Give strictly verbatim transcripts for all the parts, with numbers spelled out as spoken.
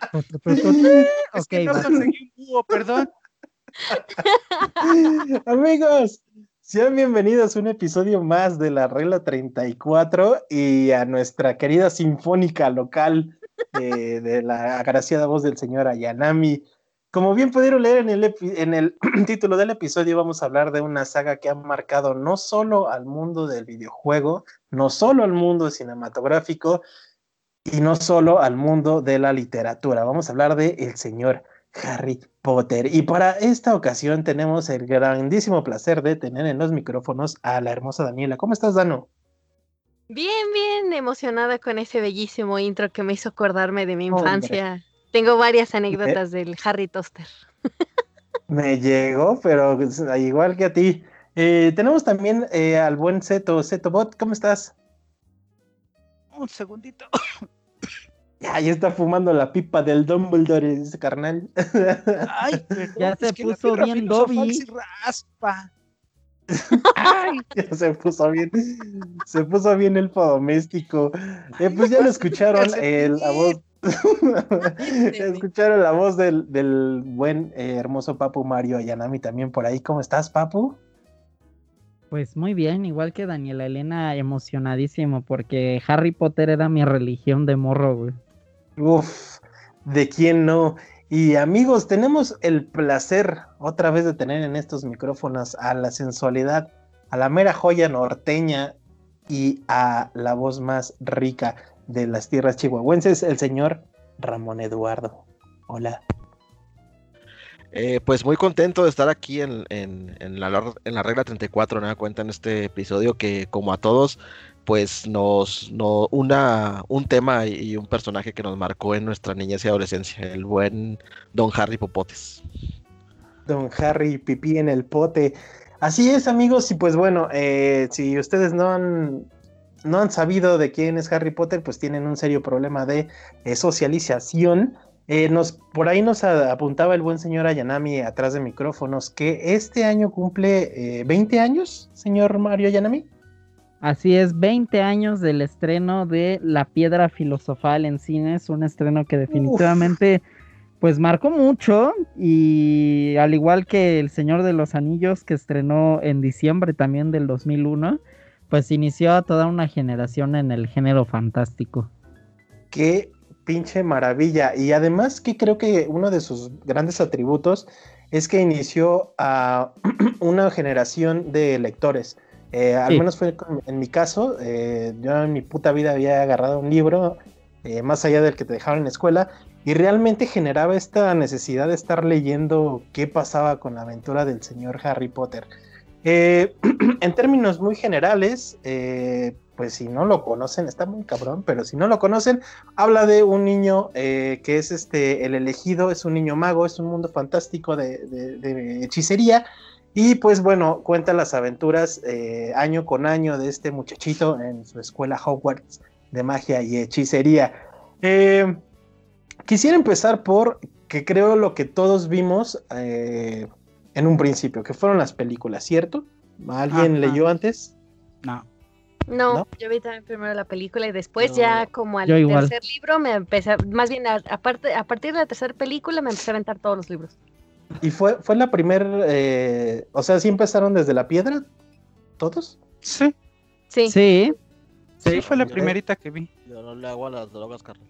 Es Ok, que no va. conseguí un búho, perdón. Amigos, sean bienvenidos a un episodio más de la Regla treinta y cuatro y a nuestra querida sinfónica local eh, de la agraciada voz del señor Ayanami. Como bien pudieron leer en el, epi- en el título del episodio, vamos a hablar de una saga que ha marcado no solo al mundo del videojuego, no solo al mundo cinematográfico, y no solo al mundo de la literatura. Vamos a hablar de el señor Harry Potter. Y para esta ocasión tenemos el grandísimo placer de tener en los micrófonos a la hermosa Daniela. ¿Cómo estás, Dano? Bien, bien emocionada con ese bellísimo intro que me hizo acordarme de mi Hombre, infancia. Tengo varias me, anécdotas del Harry Toaster. me llegó, pero pues, igual que a ti. Eh, tenemos también eh, al buen Zeto, Zetobot, ¿cómo estás? Un segundito. Ya, ya está fumando la pipa del Dumbledore, ese carnal. Ay, perdón, Ya es se que la puso piedra bien filosofal Dobby. sí raspa. Ay, Ya se puso bien, se puso bien el doméstico. Eh, pues ya lo escucharon, eh, la voz, escucharon la voz del, del buen eh, hermoso Papu Mario Ayanami también por ahí. ¿Cómo estás, Papu? Pues muy bien, igual que Daniela Elena, emocionadísimo porque Harry Potter era mi religión de morro, güey. Uf, ¿de quién no? Y amigos, tenemos el placer otra vez de tener en estos micrófonos a la sensualidad, a la mera joya norteña y a la voz más rica de las tierras chihuahuenses, el señor Ramón Eduardo. Hola. Eh, pues muy contento de estar aquí en, en, en la, en la regla treinta y cuatro, nada cuenta en este episodio que como a todos, pues nos, nos una, un tema y un personaje que nos marcó en nuestra niñez y adolescencia, el buen Don Harry Popotes. Don Harry Pipí en el pote. Así es, amigos, y pues bueno, eh, si ustedes no han, no han sabido de quién es Harry Potter, pues tienen un serio problema de eh, socialización. Eh, nos, por ahí nos a, apuntaba el buen señor Ayanami atrás de micrófonos que este año cumple eh, veinte años, señor Mario Ayanami. Así es, veinte años del estreno de La Piedra Filosofal en cines, un estreno que Uf. definitivamente pues marcó mucho y al igual que El Señor de los Anillos que estrenó en diciembre también del dos mil uno, pues inició a toda una generación en el género fantástico. Qué pinche maravilla. Y además que creo que uno de sus grandes atributos es que inició a una generación de lectores. Eh, al Sí. menos fue en mi caso, eh, yo en mi puta vida había agarrado un libro, eh, más allá del que te dejaban en la escuela, y realmente generaba esta necesidad de estar leyendo qué pasaba con la aventura del señor Harry Potter. Eh, en términos muy generales, eh, pues si no lo conocen, está muy cabrón, pero si no lo conocen, habla de un niño eh, que es este el elegido, es un niño mago, es un mundo fantástico de, de, de hechicería, y pues bueno, cuenta las aventuras eh, año con año de este muchachito en su escuela Hogwarts de magia y hechicería. Eh, Quisiera empezar por que creo lo que todos vimos eh, en un principio, que fueron las películas, ¿cierto? ¿Alguien Ajá. leyó antes? No. No, ¿No? yo vi también primero la película y después Yo- ya como al Yo igual. tercer libro me empecé, a- más bien a, aparte, a partir de la tercera película me empecé a aventar todos los libros. Y fue, fue la primera, eh, o sea, ¿sí empezaron desde la piedra? ¿Todos? Sí, Sí. Sí, sí, fue la yo- primerita que vi. Yo no le hago a las drogas, Carlos.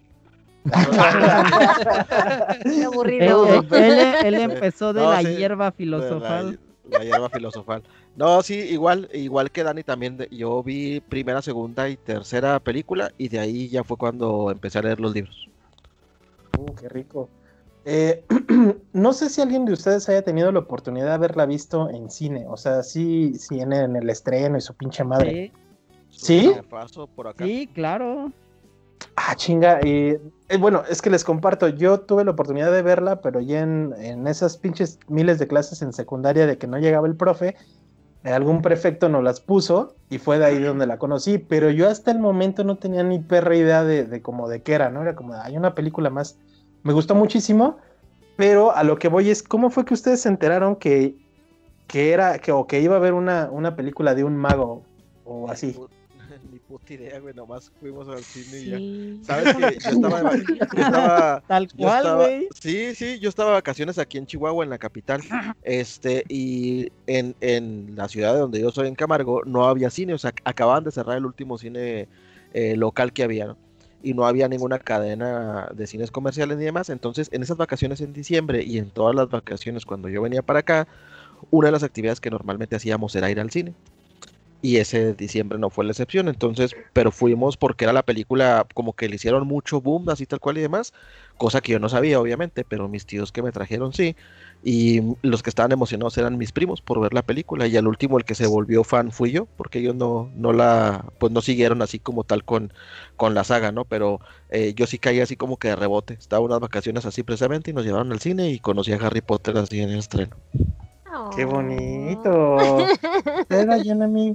Qué él, aburrido. él- él- él empezó de No, la sí, hierba La, filosofal. la hierba filosofal. No, sí, igual, igual que Dani también, de- yo vi primera, segunda y tercera película y de ahí ya fue cuando empecé a leer los libros. Uh, qué rico. Eh, no sé si alguien de ustedes haya tenido la oportunidad de haberla visto en cine, o sea, sí, sí en, en el estreno y su pinche madre. Sí, ¿Sí? Me paso por acá. sí, claro. Ah, chinga, y eh, bueno, es que les comparto, yo tuve la oportunidad de verla, pero ya en, en esas pinches miles de clases en secundaria de que no llegaba el profe, eh, algún prefecto nos las puso y fue de ahí donde la conocí, pero yo hasta el momento no tenía ni perra idea de, de como de qué era, ¿no? Era como, hay una película más, me gustó muchísimo, pero a lo que voy es, ¿cómo fue que ustedes se enteraron que, que era, que, o que iba a haber una, una película de un mago o así? Ni puta idea, güey, nomás fuimos al cine y ya. Sí. ¿Sabes qué? Yo estaba, yo estaba, Tal yo cual, estaba, güey. sí, sí, yo estaba de vacaciones aquí en Chihuahua, en la capital, este, y en, en la ciudad de donde yo soy, en Camargo, no había cine, o sea, acababan de cerrar el último cine eh, local que había, ¿no? Y no había ninguna cadena de cines comerciales ni demás, entonces en esas vacaciones en diciembre y en todas las vacaciones cuando yo venía para acá, una de las actividades que normalmente hacíamos era ir al cine. Y ese diciembre no fue la excepción, entonces, pero fuimos porque era la película como que le hicieron mucho boom, así tal cual y demás, cosa que yo no sabía, obviamente, pero mis tíos que me trajeron sí, y los que estaban emocionados eran mis primos por ver la película, y al último el que se volvió fan fui yo, porque ellos no, no la, pues no siguieron así como tal con, con la saga, ¿no? Pero eh, yo sí caí así como que de rebote, estaba unas vacaciones así precisamente y nos llevaron al cine y conocí a Harry Potter así en el estreno. ¡Qué Oh. bonito! Era Yanami.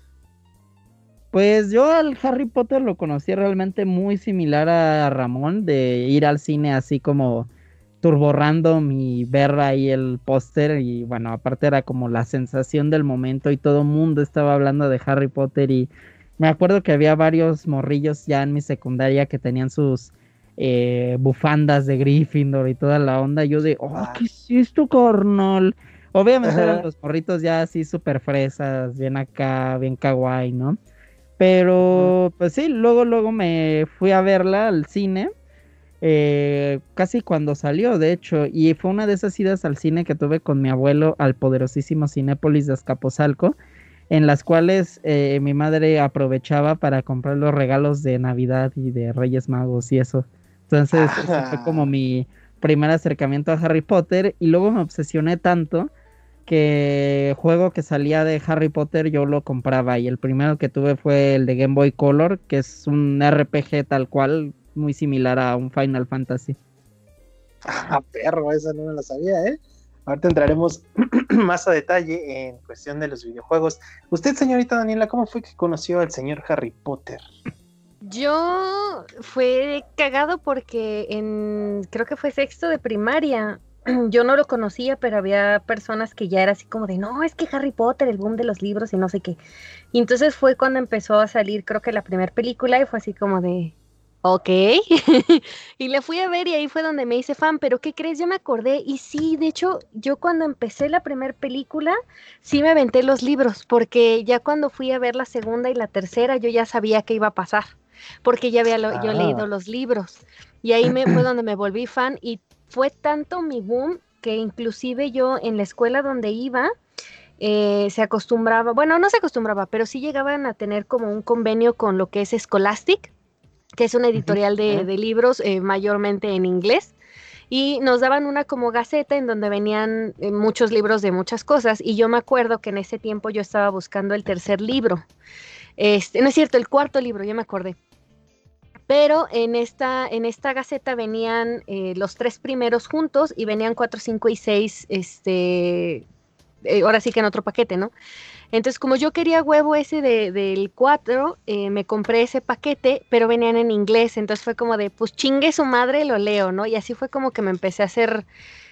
Pues yo al Harry Potter lo conocí realmente muy similar a Ramón, de ir al cine así como turbo random y ver ahí el póster y bueno, aparte era como la sensación del momento y todo el mundo estaba hablando de Harry Potter y me acuerdo que había varios morrillos ya en mi secundaria que tenían sus eh, bufandas de Gryffindor y toda la onda. Yo de, oh, Ah. ¿qué es esto, carnal? Obviamente eran Ajá. los morritos ya así súper fresas, bien acá, bien kawaii, ¿no? Pero, pues sí, luego, luego me fui a verla al cine, eh, casi cuando salió, de hecho, y fue una de esas idas al cine que tuve con mi abuelo al poderosísimo Cinépolis de Azcapotzalco, en las cuales eh, mi madre aprovechaba para comprar los regalos de Navidad y de Reyes Magos y eso. Entonces, ese fue como Ah. mi primer acercamiento a Harry Potter, y luego me obsesioné tanto que juego que salía de Harry Potter yo lo compraba y el primero que tuve fue el de Game Boy Color, que es un R P G tal cual, muy similar a un Final Fantasy. Ah, perro, esa no me la sabía, ¿eh? Ahorita entraremos más a detalle en cuestión de los videojuegos. Usted, señorita Daniela, ¿cómo fue que conoció al señor Harry Potter? Yo fue cagado porque en, creo que fue sexto de primaria, yo no lo conocía, pero había personas que ya era así como de, no, es que Harry Potter, el boom de los libros y no sé qué. Y entonces fue cuando empezó a salir, creo que la primera película y fue así como de, ok. Y la fui a ver y ahí fue donde me hice fan, pero ¿qué crees? Yo me acordé y sí, de hecho, yo cuando empecé la primera película, sí me aventé los libros, porque ya cuando fui a ver la segunda y la tercera, yo ya sabía qué iba a pasar, porque ya había lo- yo leído Ah, los libros. Y ahí me, fue donde me volví fan y fue tanto mi boom que inclusive yo en la escuela donde iba, eh, se acostumbraba, bueno, no se acostumbraba, pero sí llegaban a tener como un convenio con lo que es Scholastic, que es una editorial de, ujú. de libros eh, mayormente en inglés, y nos daban una como gaceta en donde venían eh, muchos libros de muchas cosas, y yo me acuerdo que en ese tiempo yo estaba buscando el tercer libro, este, no es cierto, el cuarto libro, ya me acordé. Pero en esta, en esta gaceta venían eh, los tres primeros juntos y venían cuatro, cinco y seis, este, eh, ahora sí que en otro paquete, ¿no? Entonces, como yo quería huevo ese de, del cuatro, eh, me compré ese paquete, pero venían en inglés, entonces fue como de, pues chingue su madre, lo leo, ¿no? Y así fue como que me empecé a hacer,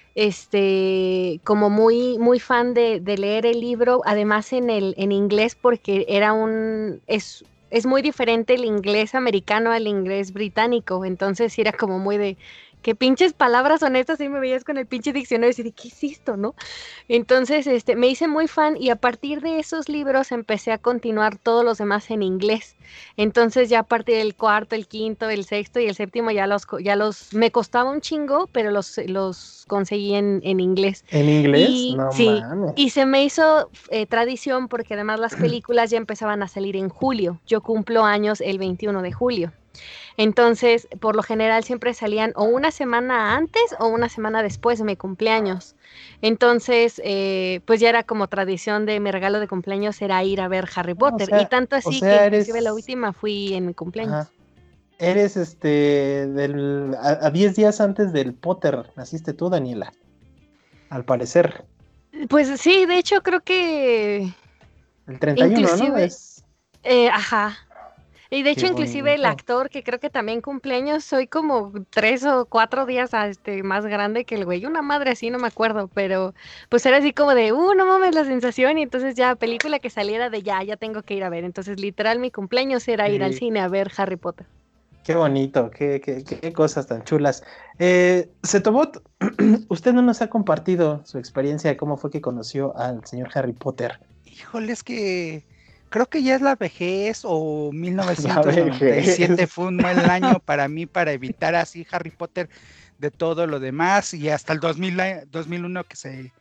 este, como muy, muy fan de, de leer el libro, además en el, en inglés, porque era un, es, es muy diferente el inglés americano al inglés británico, entonces sí era como muy de, ¿qué pinches palabras son estas? Y me veías con el pinche diccionario y decía, ¿qué es esto, no? Entonces, este, me hice muy fan y a partir de esos libros empecé a continuar todos los demás en inglés. Entonces ya a partir del cuarto, el quinto, el sexto y el séptimo ya los, co- ya los, me costaba un chingo, pero los, los conseguí en, en inglés. ¿En inglés? Y No sí, mames. y se me hizo eh, tradición porque además las películas ya empezaban a salir en julio. Yo cumplo años el veintiuno de julio. Entonces, por lo general siempre salían o una semana antes o una semana después de mi cumpleaños. Entonces, eh, pues ya era como tradición de mi regalo de cumpleaños era ir a ver Harry Ah, o Potter. Y sea, tanto o así que sea, inclusive la eres, última fui en mi cumpleaños. ajá, eres este, del, a, a diez días antes del Potter, naciste tú, Daniela, al parecer. Pues sí, de hecho creo que El treinta y uno, ¿no? inclusive, Es, eh, ajá. Y de hecho, Qué inclusive el bonito. actor, que creo que también cumpleaños, soy como tres o cuatro días a este, más grande que el güey. Una madre así, no me acuerdo, pero pues era así como de, uh, no mames, la sensación. Y entonces ya, película que saliera de ya, ya tengo que ir a ver. Entonces, literal, mi cumpleaños era ir al Sí. cine a ver Harry Potter. Qué bonito, qué, qué, qué cosas tan chulas. Eh, Setobot, usted no nos ha compartido su experiencia de cómo fue que conoció al señor Harry Potter. Híjole, es que creo que ya es la vejez o mil La novecientos noventa y siete vejez. fue un buen año para mí para evitar así Harry Potter de todo lo demás y hasta el dos mil, a- dos mil uno que se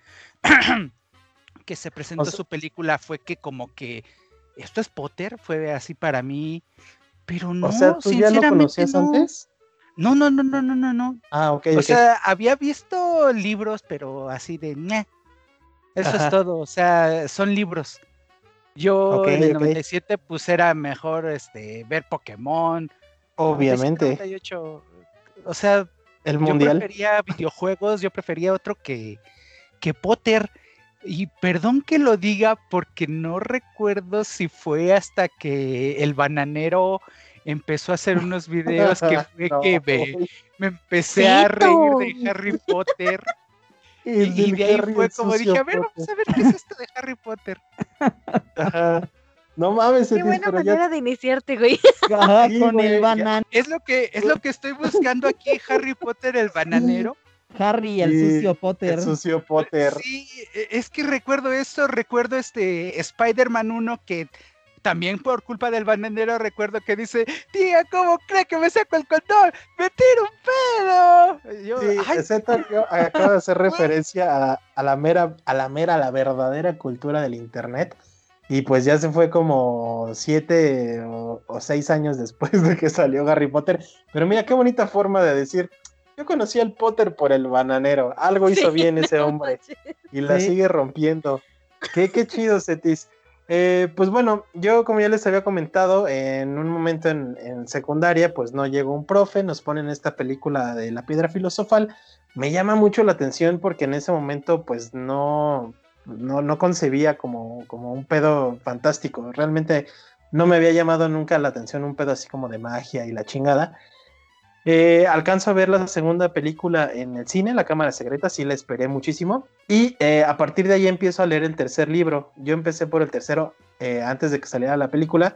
que se O presentó sea, su película fue que como que esto es Potter, fue así para mí, pero o sea, no, ¿tú ya lo sinceramente conocías no. antes? No, no, no, no, no, no, no. Ah, ok, O ok. sea, había visto libros, pero así de, "Ñe". Eso es Ajá, todo, o sea, son libros. ok, Yo en el ok. noventa y siete pues era mejor este ver Pokémon, noventa y siete, Obviamente, noventa y ocho, o sea, el yo mundial. prefería videojuegos, yo prefería otro que, que Potter. Y perdón que lo diga porque no recuerdo si fue hasta que el bananero empezó a hacer unos videos que fue que No, me, me empecé a reír ¡Cito! de Harry Potter. el Y, y del de ahí Harry fue el como dije, sucio a ver, Potter. vamos a ver qué es esto de Harry Potter. Ajá. No mames, Qué Cetis, buena pero ya. manera de iniciarte, güey. Ajá, Sí, con el güey, ya. banano. Es lo que, es lo que estoy buscando aquí, Harry Potter el bananero. Harry, el Sí, sucio el Potter. sucio Potter. Sí, e- es que recuerdo eso, recuerdo este Spider-Man uno que también por culpa del bananero recuerdo que dice, tía, ¿cómo cree que me saco el condón? ¡Me tiro un pedo! Y yo, Sí, ay, Z acaba acaba de hacer referencia a, a la mera, a la mera, a la verdadera cultura del internet. Y pues ya se fue como siete o, o seis años después de que salió Harry Potter. Pero mira qué bonita forma de decir, yo conocí al Potter por el bananero. Algo hizo Sí, bien ese no hombre. manches. Y la Sí. sigue rompiendo. Qué, qué chido, Cetis. Eh, pues bueno, yo como ya les había comentado, en un momento en, en secundaria, pues no llegó un profe, nos ponen esta película de La Piedra Filosofal. Me llama mucho la atención porque en ese momento pues no, no, no concebía como, como un pedo fantástico. Realmente no me había llamado nunca la atención un pedo así como de magia y la chingada. Eh, alcanzo a ver la segunda película en el cine, La Cámara Secreta, sí la esperé muchísimo. Y eh, a partir de ahí empiezo a leer el tercer libro. Yo empecé por el tercero eh, antes de que saliera la película.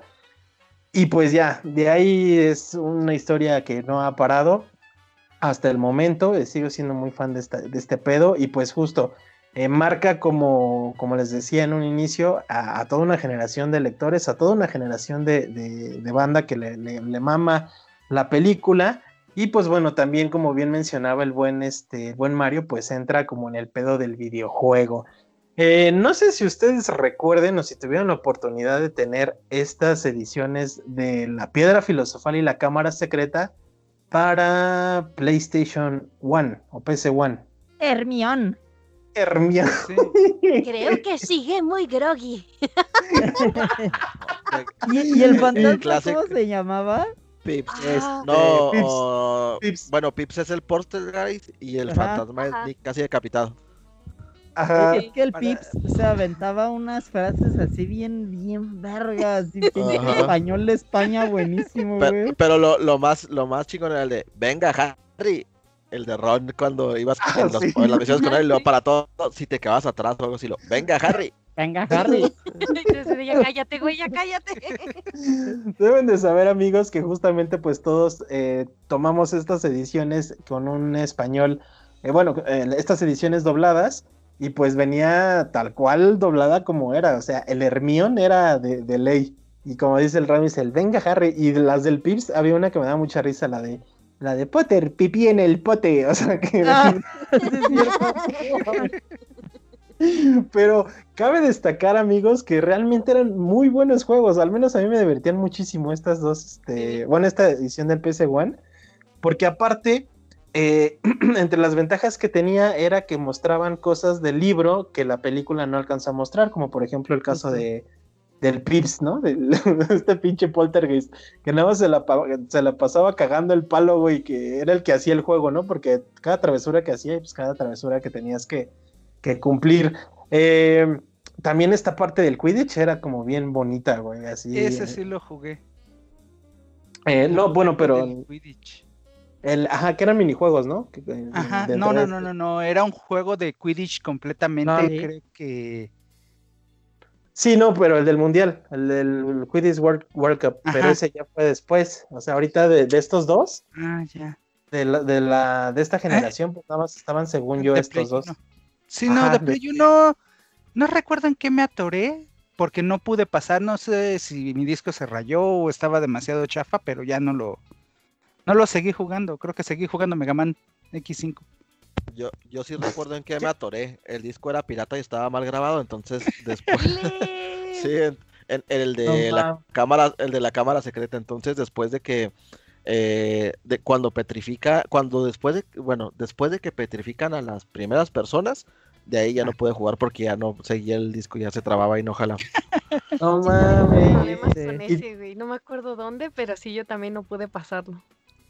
Y pues ya, de ahí es una historia que no ha parado hasta el momento. Eh, sigo siendo muy fan de, esta, de este pedo. Y pues justo, eh, marca como, como les decía en un inicio, a, a toda una generación de lectores, a toda una generación de, de, de banda que le, le, le mama la película. Y pues bueno, también como bien mencionaba el buen, este, el buen Mario, pues entra como en el pedo del videojuego. Eh, no sé si ustedes recuerden o si tuvieron la oportunidad de tener estas ediciones de La Piedra Filosofal y la Cámara Secreta para PlayStation uno o P C uno. Hermión. Hermione. sí. Creo que sigue muy groggy. ¿Y, y el El fantasma clásico. cómo se llamaba? Pips. Ah, No, Pips. o- Pips. bueno, Pips es el Poltergeist y el Ajá. fantasma es Ajá. Nick casi decapitado. Ajá. Es que el Para- Pips se aventaba unas frases así bien, bien vergas. Y pinche Ajá. español de España buenísimo, Pero, güey. pero lo, lo más lo más chingón era el de venga, Harry. El de Ron cuando ibas Ah, en, los, sí. en las misiones con Ajá, él y luego sí. para todo, si te quedabas atrás o algo así, lo, venga, Harry. Venga, Harry. Entonces, ya cállate, güey, ya cállate. Deben de saber, amigos, que justamente pues todos eh, tomamos estas ediciones con un español, eh, bueno, eh, estas ediciones dobladas, y pues venía tal cual doblada como era, o sea, el Hermión era de, de ley, y como dice el Ramis, el venga Harry, y de las del Pips había una que me daba mucha risa, la de, la de Potter, pipí en el pote, o sea que... Ah, sí es cierto. Pero cabe destacar, amigos, que realmente eran muy buenos juegos. Al menos a mí me divertían muchísimo estas dos, este, Sí. bueno, esta edición del P S uno, porque aparte, eh, entre las ventajas que tenía era que mostraban cosas del libro que la película no alcanza a mostrar, como por ejemplo el caso Justo. de del Pips, ¿no? De este pinche poltergeist, que nada más se la, pa- se la pasaba cagando el palo, güey, que era el que hacía el juego, ¿no? Porque cada travesura que hacía, pues cada travesura que tenías que, que cumplir. Eh, también esta parte del Quidditch era como bien bonita, güey, así. Ese eh, sí lo jugué. Eh, no, bueno, pero Del Quidditch. el, ajá, que eran minijuegos, ¿no? Que- que- Ajá, dentro no, no, de no, este. no, no, era un juego de Quidditch completamente, Sí. creo que... Sí, no, pero el del Mundial, el del Quidditch World, World Cup, pero Ajá, ese ya fue después. O sea, ahorita de, de estos dos, ah, ya. de la, de la, de esta ¿Eh? generación, pues nada más estaban según yo De Play estos dos. uno. Sí, no, Ajá, de de- Play uno, no recuerdo en qué me atoré, porque no pude pasar, no sé si mi disco se rayó o estaba demasiado chafa, pero ya no lo, no lo seguí jugando, creo que seguí jugando Mega Man equis cinco. Yo, yo sí recuerdo en qué me atoré. El disco era pirata y estaba mal grabado, entonces después. Sí, en, en- en el de No la mames. cámara, el de la cámara secreta. Entonces, después de que eh, de cuando petrifica, cuando después de, bueno, después de que petrifican a las primeras personas, de ahí ya no pude jugar porque ya no seguía el disco, ya se trababa y no jalaba. No Tuve mames. problemas Sí. con ese, güey. No me acuerdo dónde, pero sí, yo también no pude pasarlo.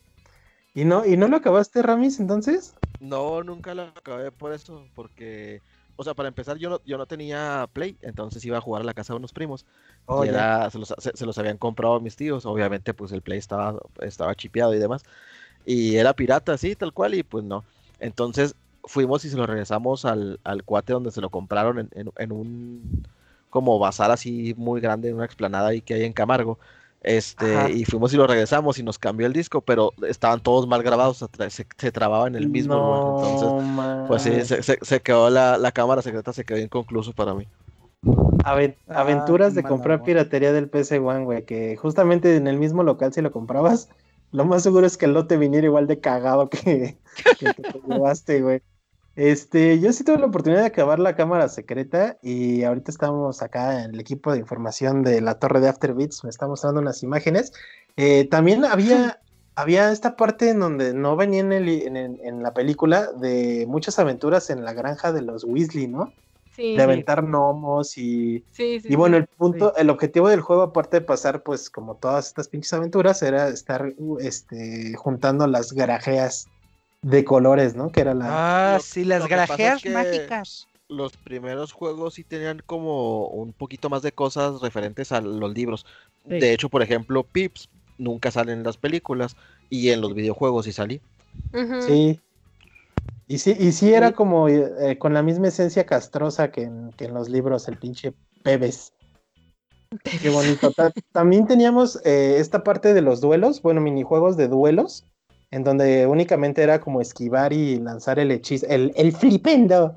¿Y no, y no lo acabaste, Ramis, entonces? No, nunca lo acabé por eso, porque, o sea, para empezar, yo no, yo no tenía Play, entonces iba a jugar a la casa de unos primos. Oh, Y ya. era, se los, se, se los habían comprado mis tíos, obviamente pues el Play estaba, estaba chipeado y demás, y era pirata, así, tal cual, y pues no. Entonces fuimos y se lo regresamos al, al cuate donde se lo compraron en, en, en un como bazar así muy grande, en una explanada ahí que hay en Camargo. Este, Ajá. y fuimos y lo regresamos y nos cambió el disco, pero estaban todos mal grabados, se, tra- se, se trababa en el mismo lugar. Entonces, No pues sí, mames. se, se, se quedó la, la cámara secreta, se quedó inconcluso para mí. Aven- Ah, aventuras qué de mala comprar onda. piratería del P S One, güey, que justamente en el mismo local si lo comprabas, lo más seguro es que el lote viniera igual de cagado que, que el que te llevaste, güey. Este, yo sí tuve la oportunidad de acabar la cámara secreta y ahorita estamos acá en el equipo de información de la torre de Afterbeats, me está mostrando unas imágenes. Eh, también había, había esta parte en donde no venía en, el, en, el- en la película de muchas aventuras en la granja de los Weasley, ¿no? Sí, De sí, aventar gnomos y, sí, y sí. bueno, Sí. el punto, el objetivo del juego, aparte de pasar, pues, como todas estas pinches aventuras, era estar uh, este, juntando las garajeas de colores, ¿no? Que era la. Ah, Lo, sí, las lo que pasa es grajeas que mágicas. los primeros juegos sí tenían como un poquito más de cosas referentes a los libros. Sí. De hecho, por ejemplo, Pips nunca sale en las películas y en los videojuegos sí salía. Ujú. Sí. Y sí, y sí Sí. era como eh, con la misma esencia castrosa que en, que en los libros, el pinche Pebes. Qué bonito. Ta- también teníamos eh, esta parte de los duelos, bueno, minijuegos de duelos, en donde únicamente era como esquivar y lanzar el hechizo, el, el flipendo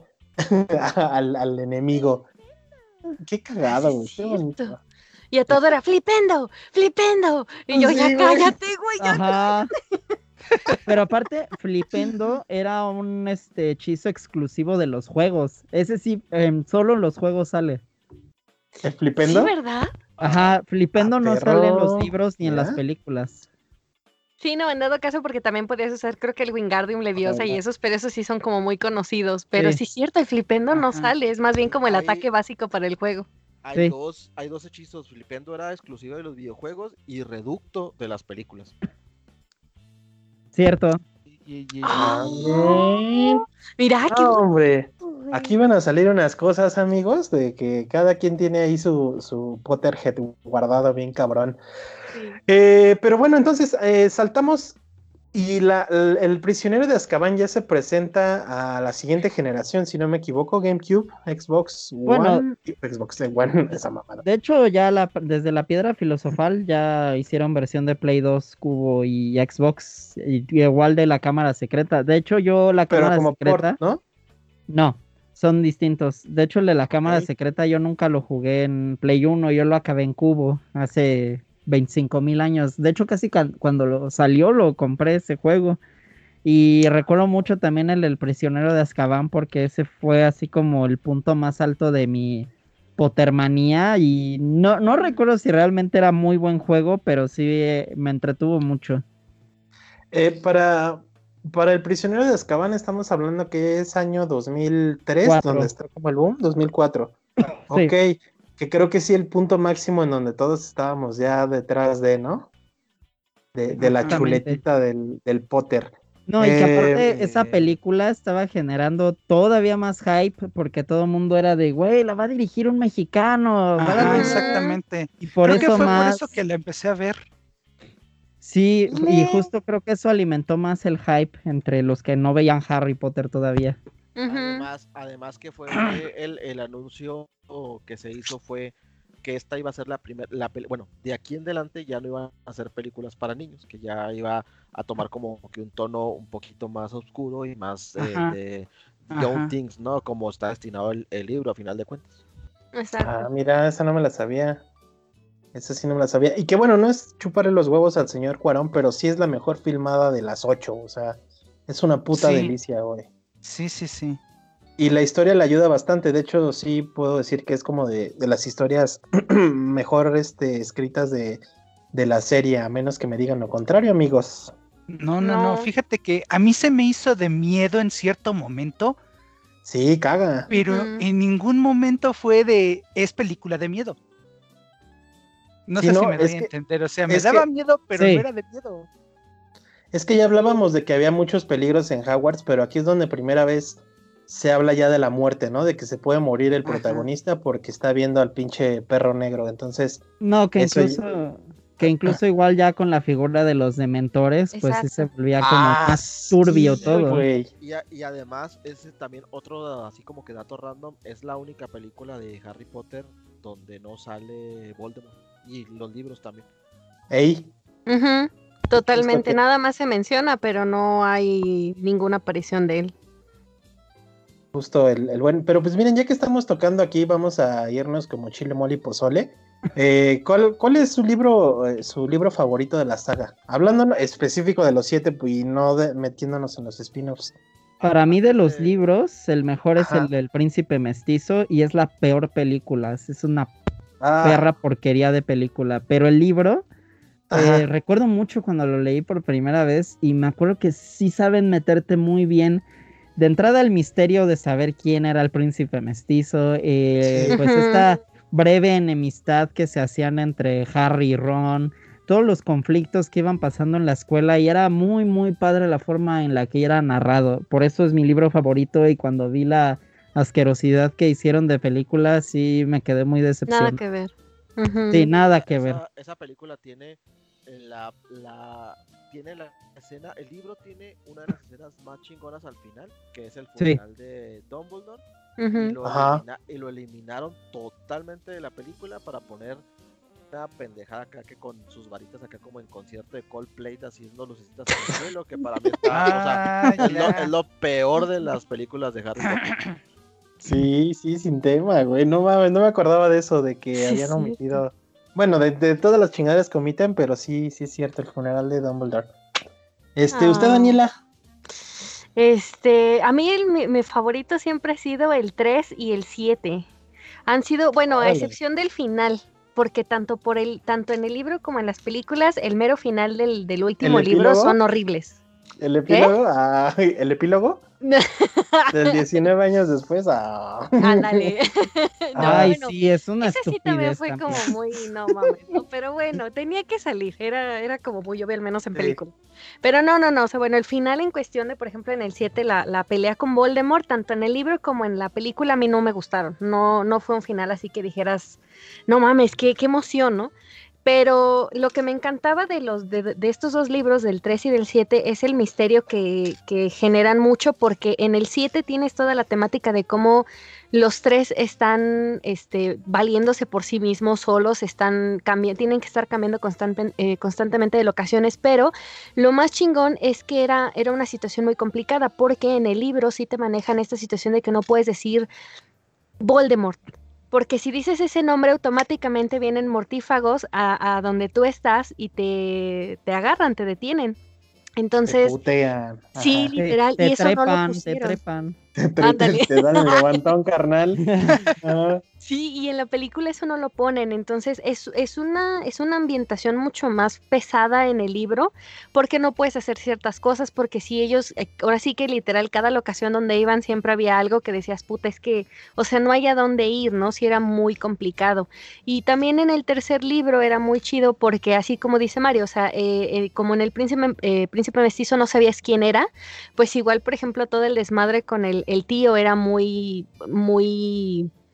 al, al enemigo. Qué Ah, cagado, sí güey, es qué cierto. bonito. Y a todo era flipendo, flipendo. Y yo, Sí, ya güey. cállate, güey, ya. Ajá. Pero aparte, Flipendo era un este hechizo exclusivo de los juegos. Ese sí, em, solo en los juegos sale. ¿El Sí, flipendo? ¿verdad? Ajá, Flipendo Ah, no sale en los perro. libros ni en las Mira. películas. Sí, no, en dado caso, porque también podías usar, creo que el Wingardium Leviosa y Ojalá. esos, pero esos sí son como muy conocidos. Pero Sí. sí es cierto, el flipendo no Ajá. sale, es más bien como el Hay- ataque básico para el juego. Hay, Sí. dos, hay dos hechizos. Flipendo era exclusivo de los videojuegos y Reducto de las películas. Cierto. Y- y- y- ¡Ah! Bien. Mira, qué No, hombre. bonito, güey. Aquí van a salir unas cosas, amigos, de que cada quien tiene ahí su, su Potterhead guardado bien cabrón. Sí. Eh, pero bueno, entonces eh, saltamos y la, el, el prisionero de Azkaban ya se presenta a la siguiente generación, si no me equivoco, GameCube, Xbox Bueno. One, Xbox One, esa mamada. De hecho, ya la, desde la piedra filosofal ya hicieron versión de Play dos, Cubo y Xbox, y, y igual de la cámara secreta. De hecho, yo la Pero cámara como secreta, port, ¿no? no, son distintos. De hecho, el de la cámara Ok. secreta yo nunca lo jugué en Play uno, yo lo acabé en Cubo hace veinticinco mil años. De hecho, casi ca- cuando lo salió lo compré ese juego. Y recuerdo mucho también el del prisionero de Azkaban porque ese fue así como el punto más alto de mi Pottermanía y no, no recuerdo si realmente era muy buen juego, pero sí eh, me entretuvo mucho. Eh, para, para el prisionero de Azkaban estamos hablando que es año dos mil tres, Cuatro. donde está como el boom, dos mil cuatro. Sí. Ok, que creo que sí el punto máximo en donde todos estábamos ya detrás de, ¿no? De, de la Exactamente. chuletita del, del Potter. No, y que Eh, aparte esa eh. película estaba generando todavía más hype porque todo el mundo era de, güey, la va a dirigir un mexicano. va a Ajá, dar- Ajá. exactamente. Y por Creo que eso fue más... por eso que la empecé a ver. Sí, y Le- justo creo que eso alimentó más el hype entre los que no veían Harry Potter todavía. Ujú. Además, además que fue el, el anuncio que se hizo fue que esta iba a ser la primera, la pel- bueno, de aquí en adelante ya no iban a hacer películas para niños, que ya iba a tomar como que un tono un poquito más oscuro y más eh, Ajá, de Young ajá. Things, ¿no? Como está destinado el, el libro a final de cuentas. Ah, Exacto. mira, esa no me la sabía. Esa sí no me la sabía. Y que bueno, no es chuparle los huevos al señor Cuarón, pero sí es la mejor filmada de las ocho. O sea, es una puta Sí, delicia, güey. sí, sí, sí. Y la historia le ayuda bastante. De hecho, sí puedo decir que es como de, de las historias mejor este, escritas de, de la serie, a menos que me digan lo contrario, amigos. No, no, no. No. Fíjate que a mí se me hizo de miedo en cierto momento, Sí, caga. pero Ujú. en ningún momento fue de es película de miedo. No Sí, sé si no, me doy es a que, entender. O sea, me es daba que, miedo, pero no Sí. era de miedo. es que ya hablábamos de que había muchos peligros en Hogwarts, pero aquí es donde primera vez se habla ya de la muerte, ¿no? De que se puede morir el Ajá. protagonista porque está viendo al pinche perro negro. Entonces, No, que eso ya- incluso, que incluso igual ya con la figura de los dementores, pues sí se Exacto. volvía como Ah, más turbio sí, todo. güey. Y, a- y además, ese también otro así como que dato random, es la única película de Harry Potter donde no sale Voldemort. Y los libros también. Ey, Ujú. Totalmente. que- Nada más se menciona, pero no hay ninguna aparición de él. justo el, el buen. Pero pues miren, ya que estamos tocando aquí, vamos a irnos como chile, mole y pozole. Eh, ¿cuál, cuál es su libro, eh, su libro favorito de la saga? Hablando en específico de los siete y no de- metiéndonos en los spin-offs. Para mí de Antes los de- libros, el mejor es Ajá. el del Príncipe Mestizo y es la peor película. Es una Ah, perra porquería de película. Pero el libro, ajá. eh, recuerdo mucho cuando lo leí por primera vez y me acuerdo que sí saben meterte muy bien. De entrada el misterio de saber quién era el príncipe mestizo, eh, Sí. pues Ujú. esta breve enemistad que se hacían entre Harry y Ron, todos los conflictos que iban pasando en la escuela y era muy muy padre la forma en la que era narrado. Por eso es mi libro favorito y cuando vi la asquerosidad que hicieron de película sí me quedé muy Nada decepcionado. que ver. Ujú. Sí, nada que ver. esa, esa película tiene la, la tiene la escena, el libro tiene una de las escenas más chingonas al final, que es el Sí. funeral de Dumbledore, y, Ujú. lo Ajá. elimina- y lo eliminaron totalmente de la película para poner una pendejada acá que con sus varitas acá como en concierto de Coldplay haciendo lucecitas en el cielo, que para mí está, o sea, Ah, es lo, ya. es lo peor de las películas de Harry Potter. Sí, sí, sin tema, güey. No mames, no me acordaba de eso, de que Sí, habían sí. omitido. Bueno, de, de todas las chingaderas que omiten, pero sí, sí es cierto, el funeral de Dumbledore. Este, ¿usted, Ah. Daniela? Este, a mí el, mi, mi favorito siempre ha sido el tres y el siete. Han sido, bueno, a Órale. excepción del final, porque tanto por el, tanto en el libro como en las películas, el mero final del, del último ¿El libro epílogo? son horribles. ¿El epílogo? Ah, ¿el epílogo? Del diecinueve años después. Ah. Ándale. No, Ah, Ay, bueno, sí, es una ese sí también estupidez fue también. como muy, no mames, ¿no? Pero bueno, tenía que salir, era, era como muy obvio, al menos en Sí. película. Pero no, no, no, o sea, bueno, el final en cuestión de, por ejemplo, en el siete, la, la pelea con Voldemort, tanto en el libro como en la película, a mí no me gustaron. No, no fue un final así que dijeras, no mames, qué, qué emoción, ¿no? Pero lo que me encantaba de los de, de estos dos libros, del tres y del siete, es el misterio que, que generan mucho, porque en el siete tienes toda la temática de cómo los tres están este, valiéndose por sí mismos, solos, están cambi- tienen que estar cambiando constante, eh, constantemente de locaciones, pero lo más chingón es que era, era una situación muy complicada, porque en el libro sí te manejan esta situación de que no puedes decir Voldemort. Porque si dices ese nombre, automáticamente vienen mortífagos a, a donde tú estás y te, te agarran, te detienen. Te Entonces, putean. sí, Ajá. Te, literal, te y eso no lo trepan, te pusieron. trepan. Te, te- Ándale. te dan el levantón, carnal. Ah, Sí, y en la película eso no lo ponen, entonces es, es una, es una ambientación mucho más pesada en el libro, porque no puedes hacer ciertas cosas, porque si ellos, eh, ahora sí que literal, cada locación donde iban siempre había algo que decías, puta, es que, o sea, no hay a dónde ir, ¿no? Si era muy complicado. Y también en el tercer libro era muy chido, porque así como dice Mario, o sea, eh, eh, como en el príncipe, eh, príncipe mestizo no sabías quién era, pues igual, por ejemplo, todo el desmadre con el, el tío era muy, muy...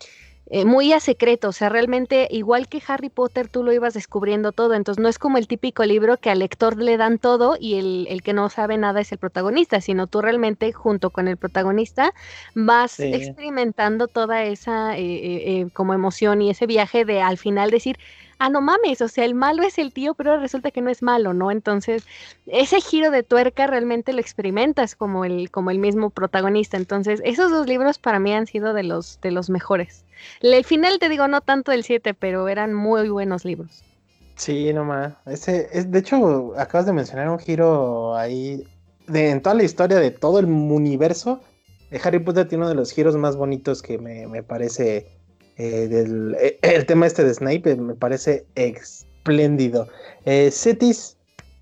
eh, muy a secreto, o sea, realmente igual que Harry Potter tú lo ibas descubriendo todo, entonces no es como el típico libro que al lector le dan todo y el, el que no sabe nada es el protagonista, sino tú realmente junto con el protagonista vas Sí. experimentando toda esa eh, eh, eh, como emoción y ese viaje de al final decir, ah, no mames, o sea, el malo es el tío, pero resulta que no es malo, ¿no? Entonces, ese giro de tuerca realmente lo experimentas como el, como el mismo protagonista. Entonces, esos dos libros para mí han sido de los, de los mejores. El final, te digo, no tanto el siete, pero eran muy buenos libros. Sí, nomás. Ese, es, de hecho, acabas de mencionar un giro ahí. De, en toda la historia de todo el universo, eh, Harry Potter tiene uno de los giros más bonitos que me, me parece. Eh, del, eh, el tema este de Snape eh, me parece espléndido. Eh, Cetis,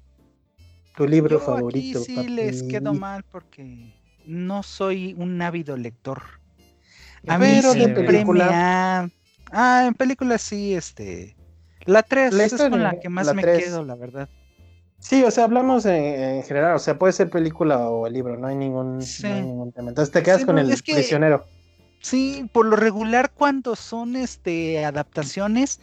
tu libro Yo favorito, aquí sí papi. les quedo mal porque no soy un ávido lector. A Pero mí de siempre película. me ha... Ah, en películas sí, este... La tres La es con historia, la que más la me tres. quedo, la verdad. Sí, o sea, hablamos en, en general, o sea, puede ser película o el libro, no hay ningún, Sí. no hay ningún tema. Entonces te quedas Sí, con no, el es que prisionero. sí, por lo regular cuando son este adaptaciones,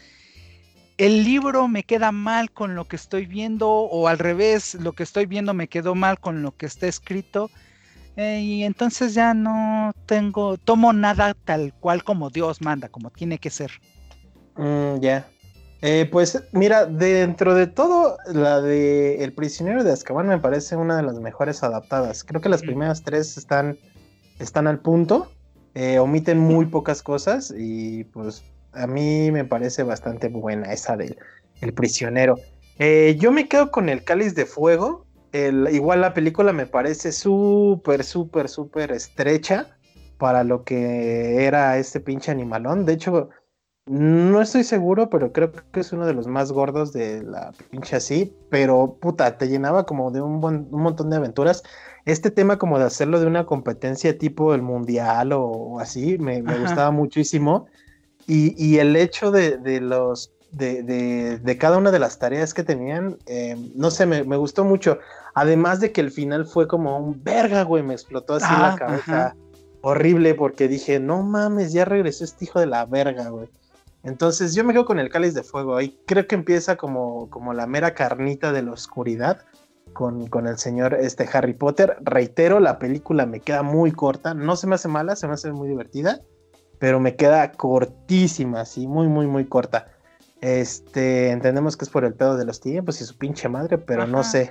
el libro me queda mal con lo que estoy viendo, o al revés, lo que estoy viendo me quedó mal con lo que está escrito. Eh, y entonces ya no tengo, tomo nada tal cual como Dios manda, como tiene que ser. Mm, ya. Eh, pues mira, dentro de todo, la de El prisionero de Azkaban me parece una de las mejores adaptadas. Creo que las Ujú. primeras tres están, están al punto, eh, omiten muy pocas cosas y pues a mí me parece bastante buena esa del El prisionero. Eh, yo me quedo con El Cáliz de Fuego. El, igual la película me parece súper, súper, súper estrecha para lo que era este pinche animalón. De hecho, no estoy seguro, pero creo que es uno de los más gordos de la pinche así. Pero puta, te llenaba como de un, buen, un montón de aventuras. Este tema como de hacerlo de una competencia tipo el mundial o, o así, me, me Ajá. gustaba muchísimo. Y, y el hecho de, de los de, de, de cada una de las tareas que tenían, eh, no sé, me, me gustó mucho. Además de que el final fue como un verga, güey, me explotó así la Ah, cabeza ajá. horrible porque dije, no mames, ya regresó este hijo de la verga, güey. Entonces yo me quedo con el Cáliz de Fuego. Ahí creo que empieza como, como la mera carnita de la oscuridad con, con el señor este Harry Potter. Reitero, la película me queda muy corta. No se me hace mala, se me hace muy divertida, pero me queda cortísima, así, muy, muy, muy corta. Este, entendemos que es por el pedo de los tiempos y su pinche madre, pero no Ajá. sé.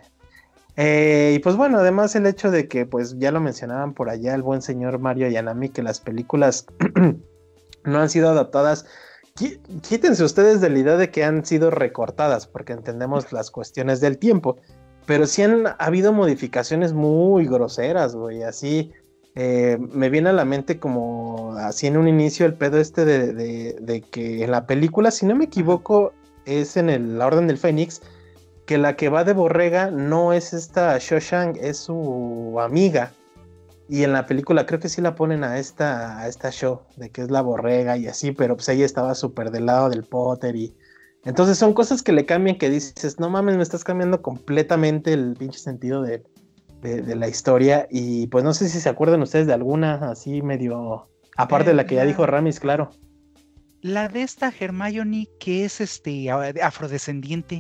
Eh, y pues bueno, además el hecho de que, pues ya lo mencionaban por allá el buen señor Mario Yanami, que las películas no han sido adaptadas. Qui- Quítense ustedes de la idea de que han sido recortadas, porque entendemos las cuestiones del tiempo, pero sí han habido modificaciones muy groseras, güey, así. Eh, me viene a la mente como así en un inicio el pedo este de, de, de que en la película, si no me equivoco, es en el, la Orden del Fénix, que la que va de borrega no es esta Shoshank, es su amiga. Y en la película creo que sí la ponen a esta, a esta show, de que es la borrega y así, pero pues ella estaba súper del lado del Potter y... Entonces son cosas que le cambian que dices, no mames, me estás cambiando completamente el pinche sentido de, de, de la historia. Y pues no sé si se acuerdan ustedes de alguna así medio... Aparte de Eh, la que ya dijo la, Ramis, claro. la de esta Hermione que es este a- afrodescendiente.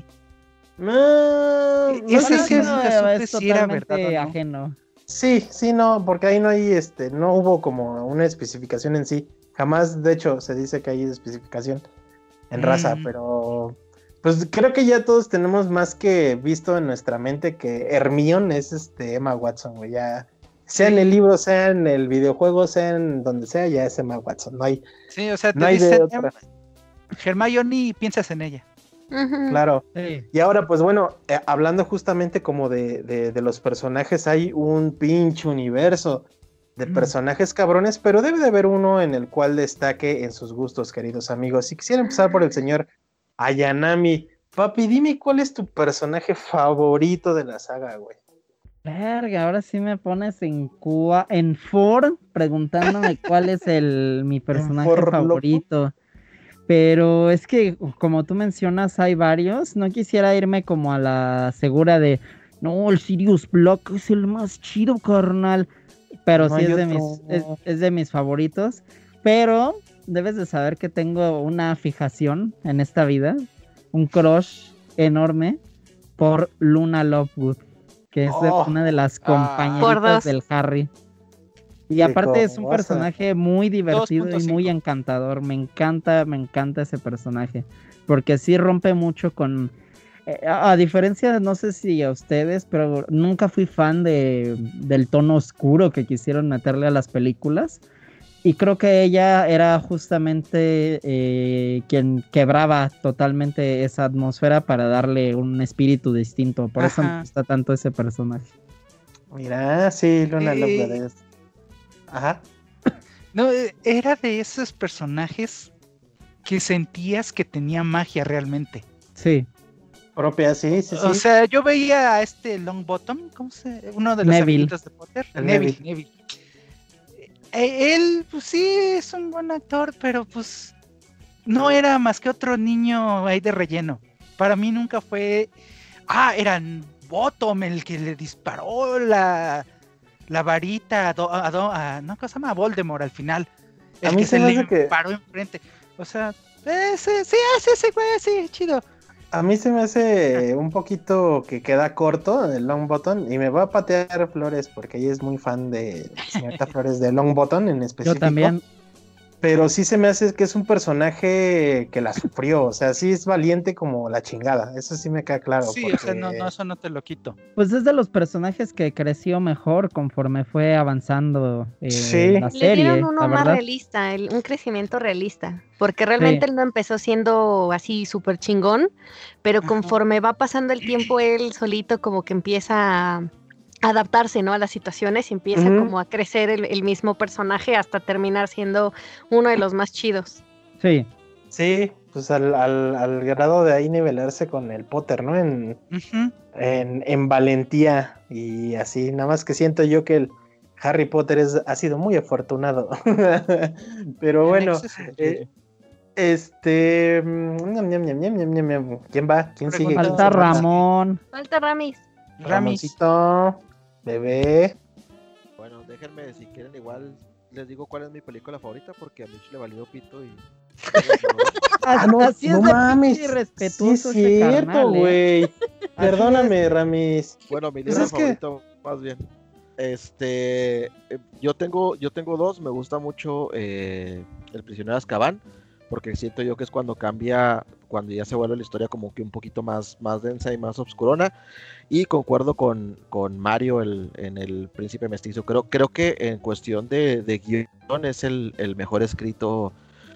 No, E- no Ese sé Bueno, sí qué... eso nunca eh, supe es si era verdad o totalmente no. ajeno. Sí, sí, no, porque ahí no hay, este, no hubo como una especificación en sí. Jamás, de hecho, se dice que hay especificación en raza, Mm, pero pues creo que ya todos tenemos más que visto en nuestra mente que Hermione es este Emma Watson, güey, ya sea en el sí, libro, sea en el videojuego, sea en donde sea, ya es Emma Watson, no hay, sí, o sea, no te hay de dicen em, otra, Hermione y piensas en ella. Ujú. claro. Sí. Y ahora, pues bueno, eh, hablando justamente como de, de, de los personajes, hay un pinche universo de Mm. personajes cabrones, pero debe de haber uno en el cual destaque en sus gustos, queridos amigos. Y quisiera empezar por el señor Ayanami. Papi, dime cuál es tu personaje favorito de la saga, güey. Verga, ahora sí me pones en Cuba, en Ford, preguntándome cuál es el mi personaje For loco. favorito. Pero es que, como tú mencionas, hay varios. No quisiera irme como a la segura de, no, el Sirius Black es el más chido, carnal. Pero No sí hay es de otro. mis, es, es de mis favoritos. Pero debes de saber que tengo una fijación en esta vida, un crush enorme por Luna Lovegood, que es de- Oh. una de las Ah. Por compañeritas dos. del Harry. Y Qué aparte es un cosa. personaje muy divertido y dos punto muy cinco. encantador. Me encanta, me encanta ese personaje. Porque sí rompe mucho con... eh, a, a diferencia, no sé si a ustedes, pero nunca fui fan de, del tono oscuro que quisieron meterle a las películas. Y creo que ella era justamente eh, quien quebraba totalmente esa atmósfera para darle un espíritu distinto. Por eso me Ajá. gusta tanto ese personaje. Mira, sí, Luna Eh, Lovegood es. Ajá. No, eh, era de esos personajes que sentías que tenía magia realmente. Sí, Propia, sí, sí, sí. O sea, yo veía a este Longbottom, ¿cómo se? Uno de los Neville. amiguitos de Potter. El Neville, Neville. Neville. Eh, él, pues sí, es un buen actor, pero pues no era más que otro niño ahí de relleno. Para mí nunca fue. Ah, era Bottom el que le disparó la, la varita a, Do- a Do- a- no, ¿cómo se llama? A Voldemort al final. A El mí que se se me le hace que- paró enfrente. O sea, ese, sí, ese, ese güey, sí, chido. A mí se me hace un poquito que queda corto el Longbottom y me va a patear Flores porque ella es muy fan de señorita Flores de Longbottom en específico. yo también. Pero sí se me hace que es un personaje que la sufrió, o sea, sí es valiente como la chingada, eso sí me queda claro. Sí, porque... o sea, no, no, eso no te lo quito. Pues es de los personajes que creció mejor conforme fue avanzando eh, Sí. la Le serie, dieron uno la más verdad. realista, el- un crecimiento realista, porque realmente Sí. él no empezó siendo así súper chingón, pero Ajá. conforme va pasando el tiempo, él solito como que empieza a adaptarse, ¿no? A las situaciones y empieza Ujú. como a crecer el, el mismo personaje hasta terminar siendo uno de los más chidos. Sí, Sí, pues al, al, al grado de ahí nivelarse con el Potter, ¿no? En, Ujú. en, en valentía y así, nada más que siento yo que el Harry Potter es, ha sido muy afortunado. Pero En bueno, ese sentido. eh, este... mm, ñam, ñam, ñam, ñam, ñam, ñam. ¿Quién va? ¿Quién sigue? Pregunta- ¿Quién falta se falta? Ramón. Falta Ramis. Ramis. Ramoncito, bebé. Bueno, déjenme, si quieren, igual les digo cuál es mi película favorita, porque a Mitch le valió pito y. Ah, no, Así es no de mames. pinche irrespetuoso Sí, es ese cierto, carnal, ¿eh? güey. Así Perdóname, Ramis. Bueno, mi Pues libro es que- favorito, más bien. Este, eh, yo tengo, yo tengo dos. Me gusta mucho eh, El prisionero de Azkaban, porque siento yo que es cuando cambia, cuando ya se vuelve la historia como que un poquito más, más densa y más obscurona. Y concuerdo con, con Mario el, en El Príncipe Mestizo. Creo, creo que en cuestión de, de guión es el, el mejor escrito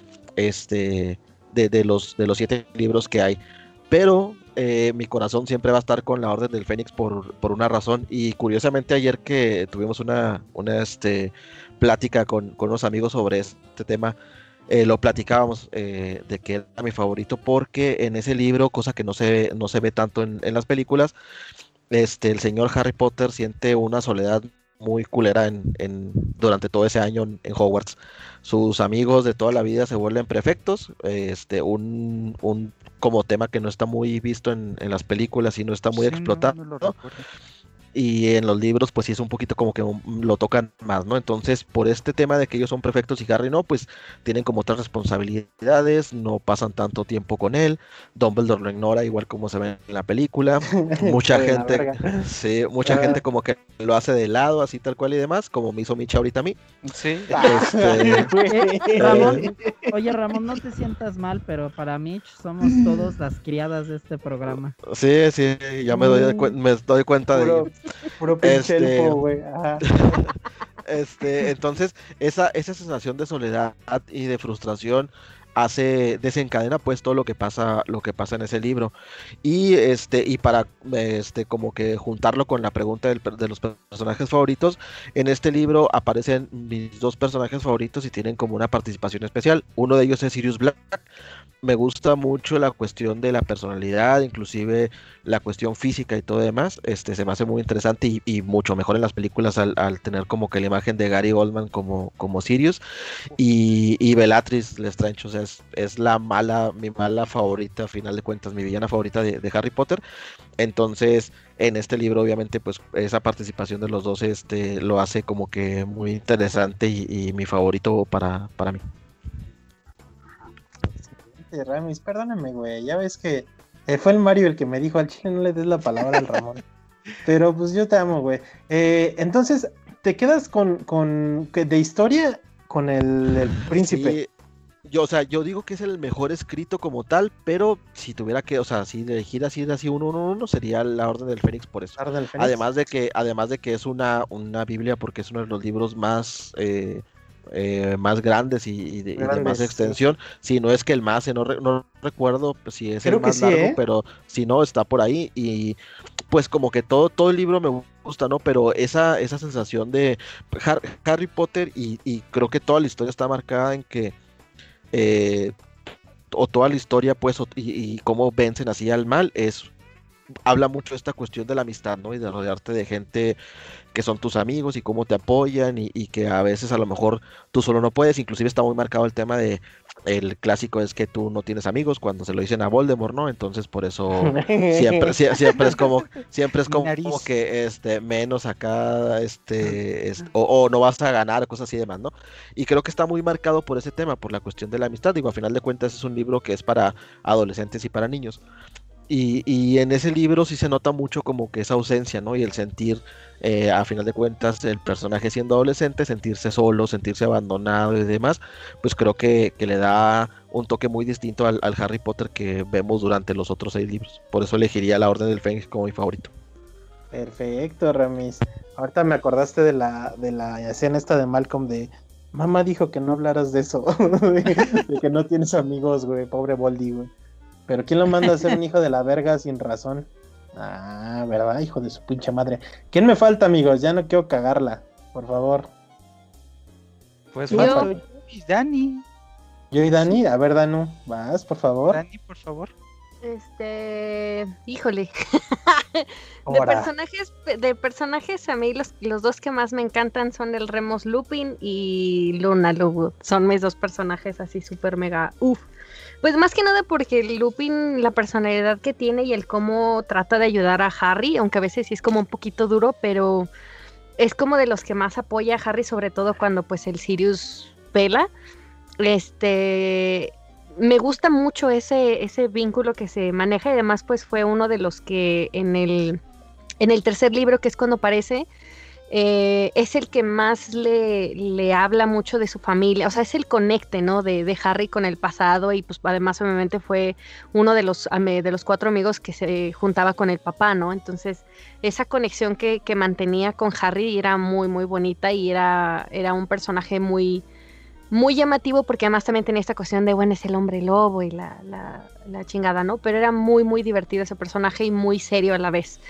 este, de, de, los, de los siete libros que hay. Pero eh, mi corazón siempre va a estar con la Orden del Fénix por, por una razón. Y curiosamente ayer que tuvimos una, una este, plática con, con unos amigos sobre este tema, eh, lo platicábamos eh, de que era mi favorito porque en ese libro, cosa que no se, no se ve tanto en, en las películas, este, el señor Harry Potter siente una soledad muy culera en, en, durante todo ese año en, en Hogwarts. Sus amigos de toda la vida se vuelven prefectos, este, un, un como tema que no está muy visto en, en las películas y no está muy Sí, no, explotado. no lo recuerdo. Y en los libros pues sí es un poquito como que um, lo tocan más, ¿no? Entonces por este tema de que ellos son prefectos y Harry no, pues tienen como otras responsabilidades, no pasan tanto tiempo con él, Dumbledore lo ignora igual como se ve en la película, mucha Hijo de la gente, verga. sí, mucha Ah. gente como que lo hace de lado, así tal cual y demás, como me hizo Micha ahorita a mí. Sí. Este, Güey. Eh, Ramón, oye Ramón, no te sientas mal, pero para Mitch somos todos las criadas de este programa. Sí, sí, ya me doy, de cu- me doy cuenta de Puro, ello. puro pinche Este- elfo, güey. Ajá. Este, entonces, esa, esa sensación de soledad y de frustración hace, desencadena pues todo lo que pasa, lo que pasa en ese libro. Y este, y para este, como que juntarlo con la pregunta del per- de los personajes favoritos, en este libro aparecen mis dos personajes favoritos y tienen como una participación especial. Uno de ellos es Sirius Black. Me gusta mucho la cuestión de la personalidad, inclusive la cuestión física y todo demás. Este, se me hace muy interesante y, y mucho mejor en las películas al, al tener como que la imagen de Gary Oldman como, como Sirius. Y, y Bellatrix Lestrange, o sea, es, es la mala, mi mala favorita, a final de cuentas, mi villana favorita de, de Harry Potter. Entonces, en este libro, obviamente, pues esa participación de los dos este, lo hace como que muy interesante y, y mi favorito para, para mí. cállate, Ramis, perdóname, güey. Ya ves que eh, fue el Mario el que me dijo al chile no le des la palabra al Ramón. Pero pues yo te amo, güey. Eh, entonces, ¿te quedas con, con que de historia con el, el príncipe? Sí, yo, o sea, yo digo que es el mejor escrito como tal, pero si tuviera que, o sea, si de elegir así, así uno, uno, uno, sería la Orden del Fénix por eso. Orden del Fénix. Además de que, además de que es una, una Biblia, porque es uno de los libros más, eh, eh, más grandes y, y de, y de Grandes, más sí. extensión. Si no es que el más, eh, no, re- no recuerdo pues, si es Creo el que más sí, largo, ¿eh? pero si no, está por ahí. Y pues como que todo, todo el libro me gusta, ¿no? Pero esa, esa sensación de Har- Harry Potter y, y creo que toda la historia está marcada en que eh, o toda la historia, pues, o- y, y cómo vencen así al mal, es habla mucho de esta cuestión de la amistad, ¿no? Y de rodearte de gente que son tus amigos y cómo te apoyan y, y que a veces a lo mejor tú solo no puedes. Inclusive está muy marcado el tema de el clásico es que tú no tienes amigos cuando se lo dicen a Voldemort, ¿no? Entonces por eso siempre, sie- siempre es como, siempre es Mi como, nariz. que este menos acá, este, est- o, o no vas a ganar, cosas así y demás, ¿no? Y creo que está muy marcado por ese tema, por la cuestión de la amistad. Digo, a final de cuentas es un libro que es para adolescentes y para niños. Y, y en ese libro sí se nota mucho como que esa ausencia, ¿no? Y el sentir, eh, a final de cuentas, el personaje siendo adolescente, sentirse solo, sentirse abandonado y demás, pues creo que, que le da un toque muy distinto al, al Harry Potter que vemos durante los otros seis libros. Por eso elegiría La Orden del Fénix como mi favorito. Perfecto, Ramis. Ahorita me acordaste de la, de la escena esta de Malcolm de mamá dijo que no hablaras de eso, de, de que no tienes amigos, güey, pobre Boldy, güey. Pero ¿quién lo manda a ser un hijo de la verga sin razón? Ah, ¿verdad? Hijo de su pinche madre. ¿Quién me falta, amigos? Ya no quiero cagarla, por favor. Pues Yo- falta yo y Dani. Yo y Dani, a ver, Danu, vas, por favor. Dani, por favor. Este, híjole. De Ahora. personajes, de personajes a mí los, los dos que más me encantan son el Remus Lupin y Luna Lovegood. Son mis dos personajes así súper mega uff. Pues más que nada porque Lupin, la personalidad que tiene y el cómo trata de ayudar a Harry, aunque a veces sí es como un poquito duro, pero es como de los que más apoya a Harry, sobre todo cuando pues el Sirius pela. Este, me gusta mucho ese, ese vínculo que se maneja y además pues fue uno de los que en el, en el tercer libro, que es cuando aparece, eh, es el que más le, le habla mucho de su familia, o sea, es el conecte, ¿no? De, de Harry con el pasado y pues además obviamente fue uno de los, de los cuatro amigos que se juntaba con el papá, ¿no? Entonces esa conexión que, que mantenía con Harry era muy, muy bonita y era, era un personaje muy... muy llamativo porque además también tenía esta cuestión de, bueno, es el hombre lobo y la, la, la chingada, ¿no? Pero era muy, muy divertido ese personaje y muy serio a la vez.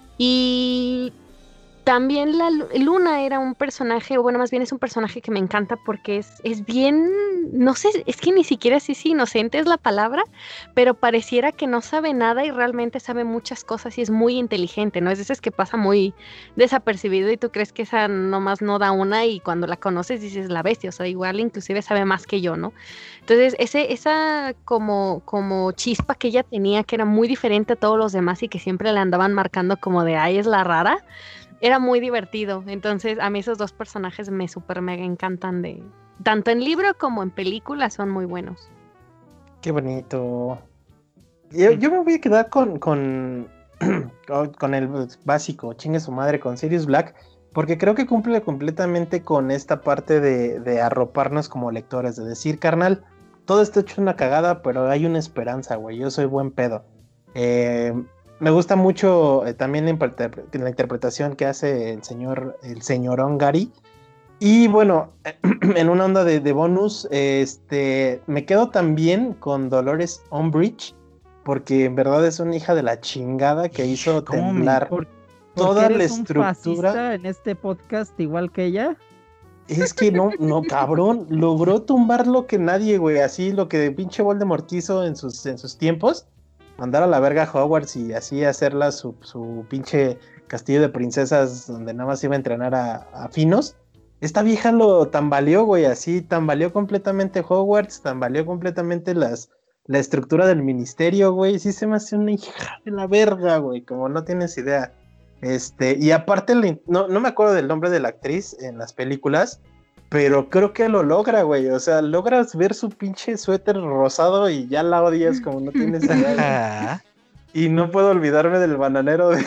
Y también la Luna era un personaje, o bueno, más bien es un personaje que me encanta porque es, es bien, no sé, es que ni siquiera sí, sí, inocente es la palabra, pero pareciera que no sabe nada y realmente sabe muchas cosas y es muy inteligente, ¿no? Es de esas que pasa muy desapercibido y tú crees que esa nomás no da una y cuando la conoces dices la bestia, o sea, igual inclusive sabe más que yo, ¿no? Entonces, ese, esa como, como chispa que ella tenía, que era muy diferente a todos los demás y que siempre le andaban marcando como de, ay, es la rara, era muy divertido. Entonces, a mí esos dos personajes me súper mega encantan de... Tanto en libro como en película son muy buenos. Qué bonito. Yo, yo me voy a quedar con, con, con el básico, chingue su madre, con Sirius Black, porque creo que cumple completamente con esta parte de, de arroparnos como lectores, de decir, carnal, todo está hecho una cagada, pero hay una esperanza, güey, yo soy buen pedo. Eh... Me gusta mucho eh, también la, interpre- la interpretación que hace el señor, el señorón Gary. Y bueno, en una onda de, de bonus, este, me quedo también con Dolores Umbridge, porque en verdad es una hija de la chingada que hizo ¿Cómo me- temblar ¿Por, toda porque la eres un estructura. fascista en este podcast igual que ella? Es que no, no, cabrón, logró tumbar lo que nadie, güey, así lo que pinche Voldemort hizo en sus, en sus tiempos. Mandar a la verga a Hogwarts y así hacerla su, su pinche castillo de princesas donde nada más iba a entrenar a, a finos. Esta vieja lo tambaleó, güey, así tambaleó completamente Hogwarts, tambaleó completamente las, la estructura del ministerio, güey. Sí se me hace una hija de la verga, güey, como no tienes idea. Este, y aparte, no, no me acuerdo del nombre de la actriz en las películas, pero creo que lo logra, güey. O sea, logras ver su pinche suéter rosado y ya la odias como no tienes idea. Y no puedo olvidarme del bananero de...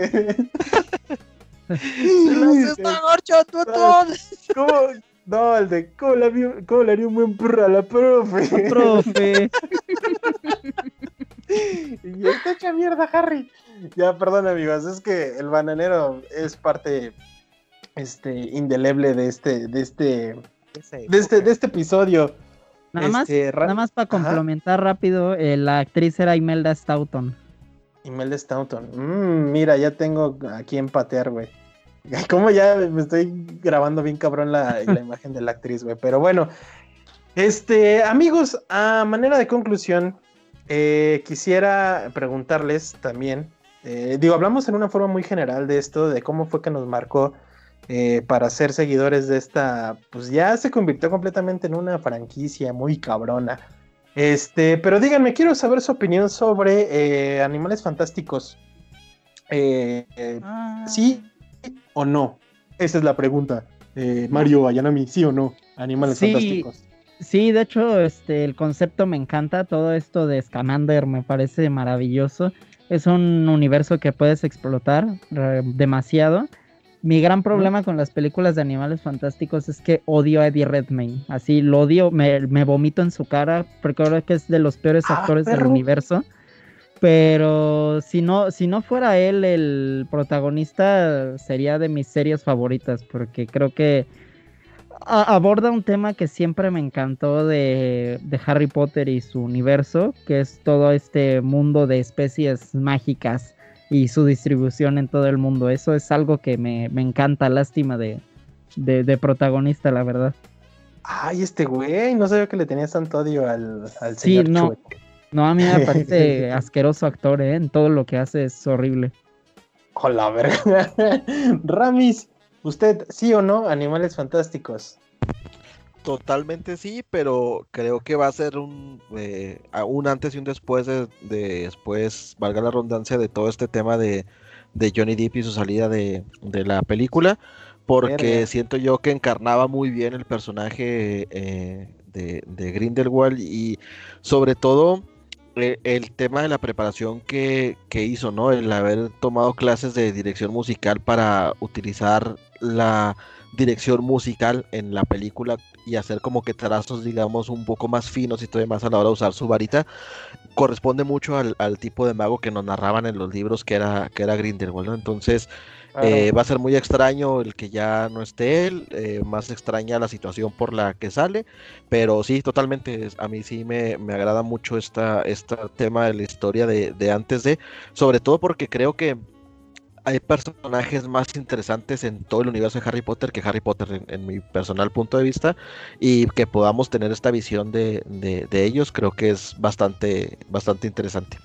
¡Se las está garchando! ¿Cómo? No, el de ¿cómo le, haría, cómo le haría un buen perro a la profe? La profe. Y está hecha mierda, Harry. Ya, perdón, amigos, es que el bananero es parte este indeleble de este de este de este de este episodio. Nada este, más, ra- nada más para complementar rápido, eh, la actriz era Imelda Staunton. Imelda Staunton. Mm, mira, ya tengo a quién patear, güey. Como ya me estoy grabando bien cabrón la, la imagen de la actriz, güey. Pero bueno, este, amigos, a manera de conclusión, eh, quisiera preguntarles también, eh, digo, hablamos en una forma muy general de esto, de cómo fue que nos marcó eh, para ser seguidores de esta, pues ya se convirtió completamente en una franquicia muy cabrona. Este, pero díganme, quiero saber su opinión sobre eh, Animales Fantásticos. Eh, eh, Ah. ¿Sí o no? Esa es la pregunta. Eh, Mario, Ayanami, ¿sí o no? Animales Sí. Fantásticos. Sí, de hecho, este, el concepto me encanta, todo esto de Scamander me parece maravilloso. Es un universo que puedes explotar eh, demasiado. Mi gran problema con las películas de Animales Fantásticos es que odio a Eddie Redmayne. Así lo odio, me, me vomito en su cara, porque creo que es de los peores Ah, actores del perro. universo. Pero si no, si no fuera él el protagonista, sería de mis series favoritas, porque creo que a- aborda un tema que siempre me encantó de, de Harry Potter y su universo, que es todo este mundo de especies mágicas y su distribución en todo el mundo. Eso es algo que me, me encanta, lástima de, de, de protagonista, la verdad. Ay, este güey, no sabía que le tenías tanto odio al, al Sí, señor no. Chueco. No, a mí me parece asqueroso actor, ¿eh? En todo lo que hace es horrible. Hola, verga. Ramis, ¿usted sí o no? Animales Fantásticos. Totalmente sí, pero creo que va a ser un, eh, a- un antes y un después de, de después, valga la redundancia, de todo este tema de, de Johnny Depp y su salida de, de la película, porque Verga. siento yo que encarnaba muy bien el personaje eh, de, de Grindelwald y sobre todo eh, el tema de la preparación que, que hizo, ¿no? El haber tomado clases de dirección musical para utilizar la dirección musical en la película y hacer como que trazos, digamos, un poco más finos y todo más a la hora de usar su varita, corresponde mucho al, al tipo de mago que nos narraban en los libros que era, que era Grindelwald, ¿no? Entonces, Claro. eh, va a ser muy extraño el que ya no esté él, eh, más extraña la situación por la que sale, pero sí, totalmente, es- a mí sí me, me agrada mucho esta, este tema de la historia de, de antes de, sobre todo porque creo que hay personajes más interesantes en todo el universo de Harry Potter que Harry Potter en, en mi personal punto de vista y que podamos tener esta visión de, de, de ellos creo que es bastante, bastante interesante.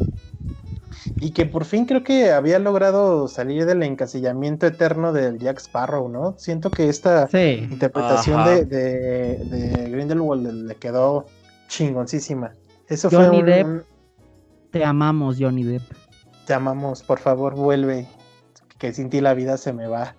Y que por fin creo que había logrado salir del encasillamiento eterno del Jack Sparrow, ¿no? Siento que esta Sí. interpretación Ajá. de, de, de Grindelwald le, le quedó chingoncísima. Eso fue Johnny un, Depp. un- Te amamos, Johnny Depp. Te amamos, por favor, vuelve. Que sin ti la vida se me va.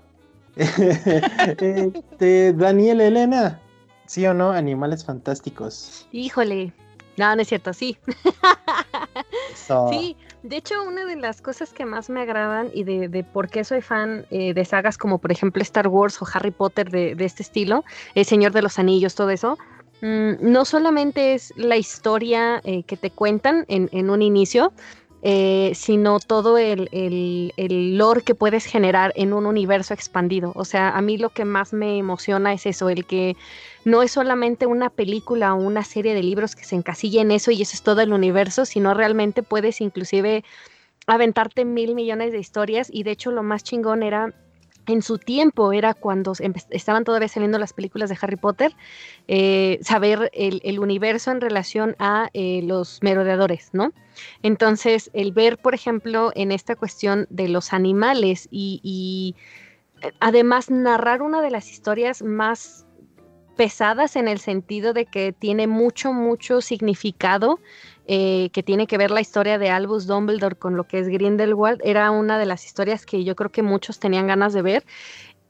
Este, Daniel Elena, ¿sí o no? Animales Fantásticos. Híjole. No, no es cierto, sí. Eso. Sí, de hecho, una de las cosas que más me agradan y de, de por qué soy fan eh, de sagas como por ejemplo Star Wars o Harry Potter de, de este estilo, El Señor de los Anillos, todo eso, mm, no solamente es la historia eh, que te cuentan en, en un inicio, eh, sino todo el, el, el lore que puedes generar en un universo expandido. O sea, a mí lo que más me emociona es eso, el que no es solamente una película o una serie de libros que se encasilla en eso y eso es todo el universo, sino realmente puedes inclusive aventarte mil millones de historias y de hecho lo más chingón era en su tiempo, era cuando empe- estaban todavía saliendo las películas de Harry Potter, eh, saber el, el universo en relación a eh, los merodeadores, ¿no? Entonces, el ver, por ejemplo, en esta cuestión de los animales y, y eh, además narrar una de las historias más pesadas en el sentido de que tiene mucho, mucho significado, eh, que tiene que ver la historia de Albus Dumbledore con lo que es Grindelwald, era una de las historias que yo creo que muchos tenían ganas de ver.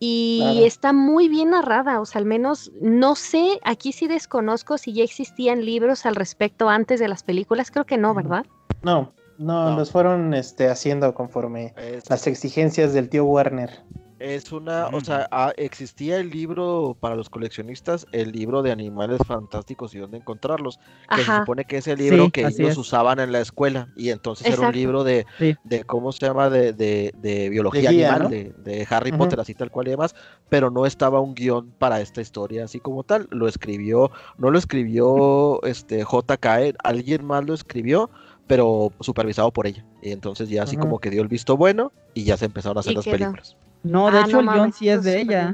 y Claro. está muy bien narrada, o sea, al menos no sé, aquí sí desconozco si ya existían libros al respecto antes de las películas, creo que no, ¿verdad? No, no, No. los fueron este, haciendo conforme Es, las exigencias del tío Warner. es una, o Mm. sea, ah, existía el libro para los coleccionistas, el libro de Animales Fantásticos y dónde encontrarlos, que se Ajá, supone que es el libro Sí, que así ellos es. usaban en la escuela, y entonces era un exacto. libro de, Sí. de ¿cómo se llama? De, de, de biología De guía, animal, ¿no? de, de Harry Ujú. Potter, así tal cual y demás, pero no estaba un guión para esta historia así como tal, lo escribió, no lo escribió este J K E, alguien más lo escribió, pero supervisado por ella, y entonces ya así Ujú. como que dio el visto bueno, y ya se empezaron a hacer Y las quedó. películas. No, de Ah, hecho no el guión mames, sí es eso de súper bien. ella.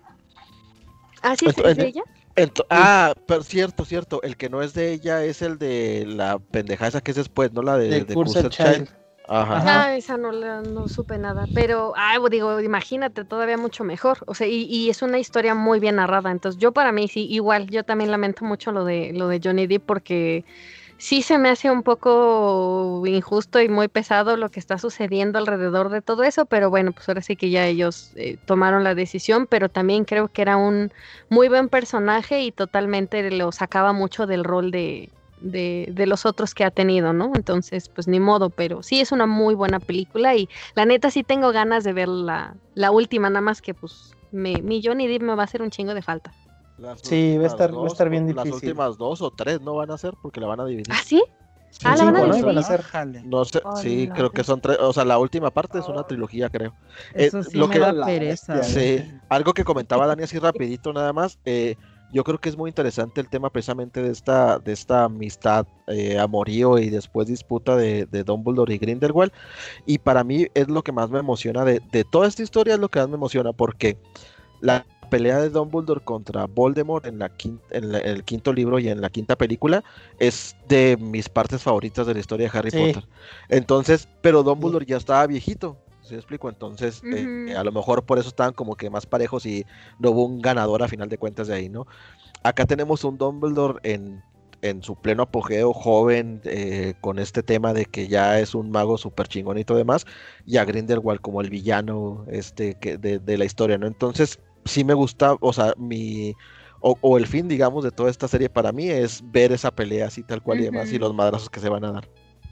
Ah, sí, es, Ento- es de ent- ella. ento- ah, pero cierto, cierto. El que no es de ella es el de la pendeja esa que es después, ¿no? La de, De de Cursed Cursed Child. Child. Ajá. Ajá. Ah, esa no, la, no supe nada, pero, ah, digo, imagínate, todavía mucho mejor, o sea, y, y es una historia muy bien narrada, entonces yo para mí sí, igual, yo también lamento mucho lo de, lo de Johnny Depp porque sí se me hace un poco injusto y muy pesado lo que está sucediendo alrededor de todo eso, pero bueno, pues ahora sí que ya ellos eh, tomaron la decisión, pero también creo que era un muy buen personaje y totalmente lo sacaba mucho del rol de, de, de los otros que ha tenido, ¿no? Entonces, pues ni modo, pero sí es una muy buena película y la neta sí tengo ganas de ver la, la última, nada más que pues me, mi Johnny Depp me va a hacer un chingo de falta. Las Sí, va a últimas estar, va a dos, estar bien o- las difícil. últimas dos o tres no van a ser porque la van a dividir. ¿Ah, sí? Son Ah, la van a cinco, ¿no? No sé, Iban a dividir. ser. Ájale. no sé, sí, Hola. creo que son tres, o sea, la última parte es una trilogía, creo. Eh, Eso sí lo me que, da La pereza, bestia, güey. sí, algo que comentaba Dani así rapidito nada más, eh, yo creo que es muy interesante el tema precisamente de esta, de esta amistad, eh, amorío y después disputa de, de Dumbledore y Grindelwald, y para mí es lo que más me emociona de, de toda esta historia, es lo que más me emociona, porque la pelea de Dumbledore contra Voldemort en, la quin- en la- en el quinto libro y en la quinta película es de mis partes favoritas de la historia de Harry Sí. Potter. Entonces, pero Dumbledore ya estaba viejito, ¿sí me explico? Entonces, eh, Ujú. a lo mejor por eso estaban como que más parejos y no hubo un ganador a final de cuentas de ahí, ¿no? Acá tenemos un Dumbledore en, en su pleno apogeo, joven, eh, con este tema de que ya es un mago súper chingón y todo demás, y a Grindelwald como el villano este, que, de, de la historia, ¿no? Entonces, sí me gusta, o sea, mi... O, o el fin, digamos, de toda esta serie para mí es ver esa pelea así tal cual y demás y Ujú. los madrazos que se van a dar.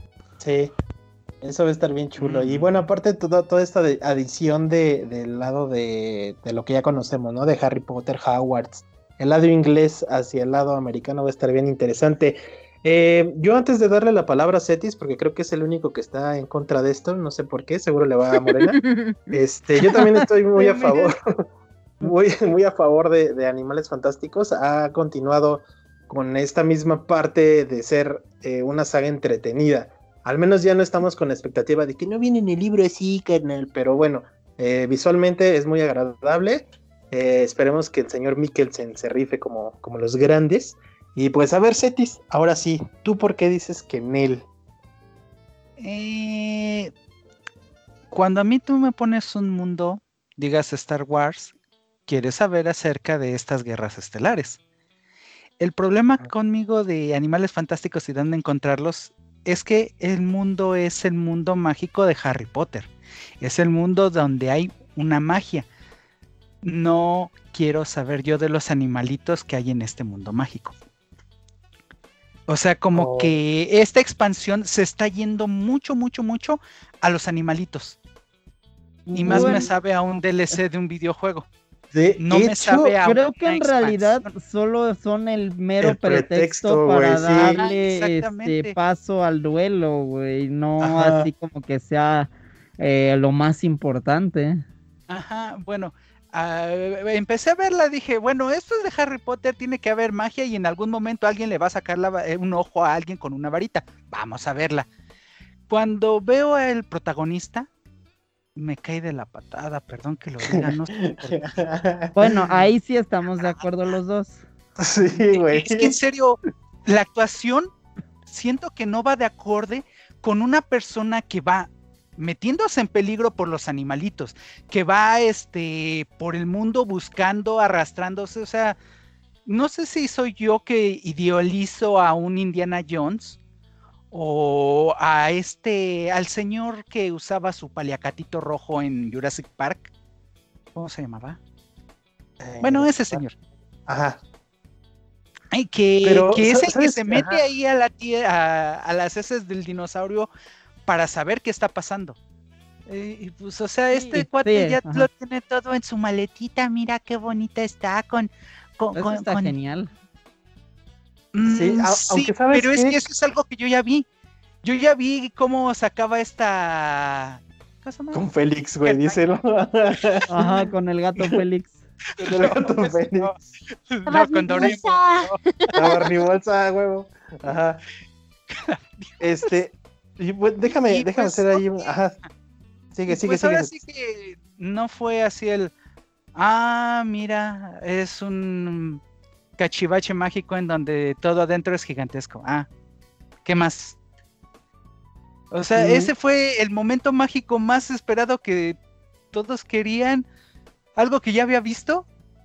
Sí, eso va a estar bien chulo. Y Mm. bueno, aparte todo, toda esta de- adición de, del lado de, de lo que ya conocemos, ¿no? De Harry Potter, Hogwarts. El lado inglés hacia el lado americano va a estar bien interesante. Eh, yo antes de darle la palabra a Cetis, porque creo que es el único que está en contra de esto, no sé por qué, seguro le va a Morena. Este, yo también estoy muy a favor, muy, muy a favor de, de Animales Fantásticos. Ha continuado con esta misma parte de ser eh, una saga entretenida. Al menos ya no estamos con la expectativa de que no viene en el libro así, carnal. Pero bueno, eh, visualmente es muy agradable. Eh, esperemos que el señor Mikkelsen se rife como, como los grandes. Y pues a ver, Cetis, ahora sí, ¿tú por qué dices que Nel? Eh, cuando a mí tú me pones un mundo, digas Star Wars, quieres saber acerca de estas guerras estelares. El problema conmigo de Animales Fantásticos y dónde encontrarlos es que el mundo es el mundo mágico de Harry Potter. Es el mundo donde hay una magia. No quiero saber yo de los animalitos que hay en este mundo mágico. O sea, como Oh. que esta expansión se está yendo mucho, mucho, mucho a los animalitos. Y más Bueno, me sabe a un D L C de un videojuego. De No me hecho, sabe a creo que una en realidad expansión. solo son el mero El pretexto, pretexto, para güey, sí. darle Ajá, este exactamente. paso al duelo, güey. No Ajá. así como que sea eh, lo más importante. Ajá, bueno, ah, empecé a verla, dije, bueno, esto es de Harry Potter, tiene que haber magia y en algún momento alguien le va a sacar la va- eh, un ojo a alguien con una varita. Vamos a verla. Cuando veo al protagonista, me cae de la patada, perdón que lo diga, no sé por qué. Bueno, ahí sí estamos de acuerdo los dos. Sí, güey. Es que en serio, la actuación siento que no va de acorde con una persona que va metiéndose en peligro por los animalitos, que va este por el mundo buscando, arrastrándose, o sea, no sé si soy yo que idealizo a un Indiana Jones o a este, al señor que usaba su paliacatito rojo en Jurassic Park. ¿Cómo se llamaba? Eh, Bueno, ese señor. Ajá. Ay, que, Pero, que es el que ¿sabes? se mete Ajá. ahí a, la tie- a, a las heces del dinosaurio para saber qué está pasando. Eh, y pues, o sea, Sí, este cuate sí, ya ajá. lo tiene todo en su maletita. Mira qué bonita está con. con, Eso con, está con- genial. Sí, Mm, a- aunque sí, sabes pero es que que eso es algo que yo ya vi. Yo ya vi cómo sacaba esta. ¿Cómo se llama? con Félix, güey, díselo. Ajá, con el gato Félix. Con el gato No, ese no. Félix. No, con Doraemon. No. La barnibolsa, huevo. Ajá. Este, y, pues, déjame, Y déjame pues, hacer ahí. un- ok. Ajá. Sigue, Y sigue, pues sigue. ahora sí que no fue así el. Ah, mira, es un cachivache mágico en donde todo adentro es gigantesco. Ah, ¿qué más? O sea, Mm, ese fue el momento mágico más esperado que todos querían. Algo que ya había visto.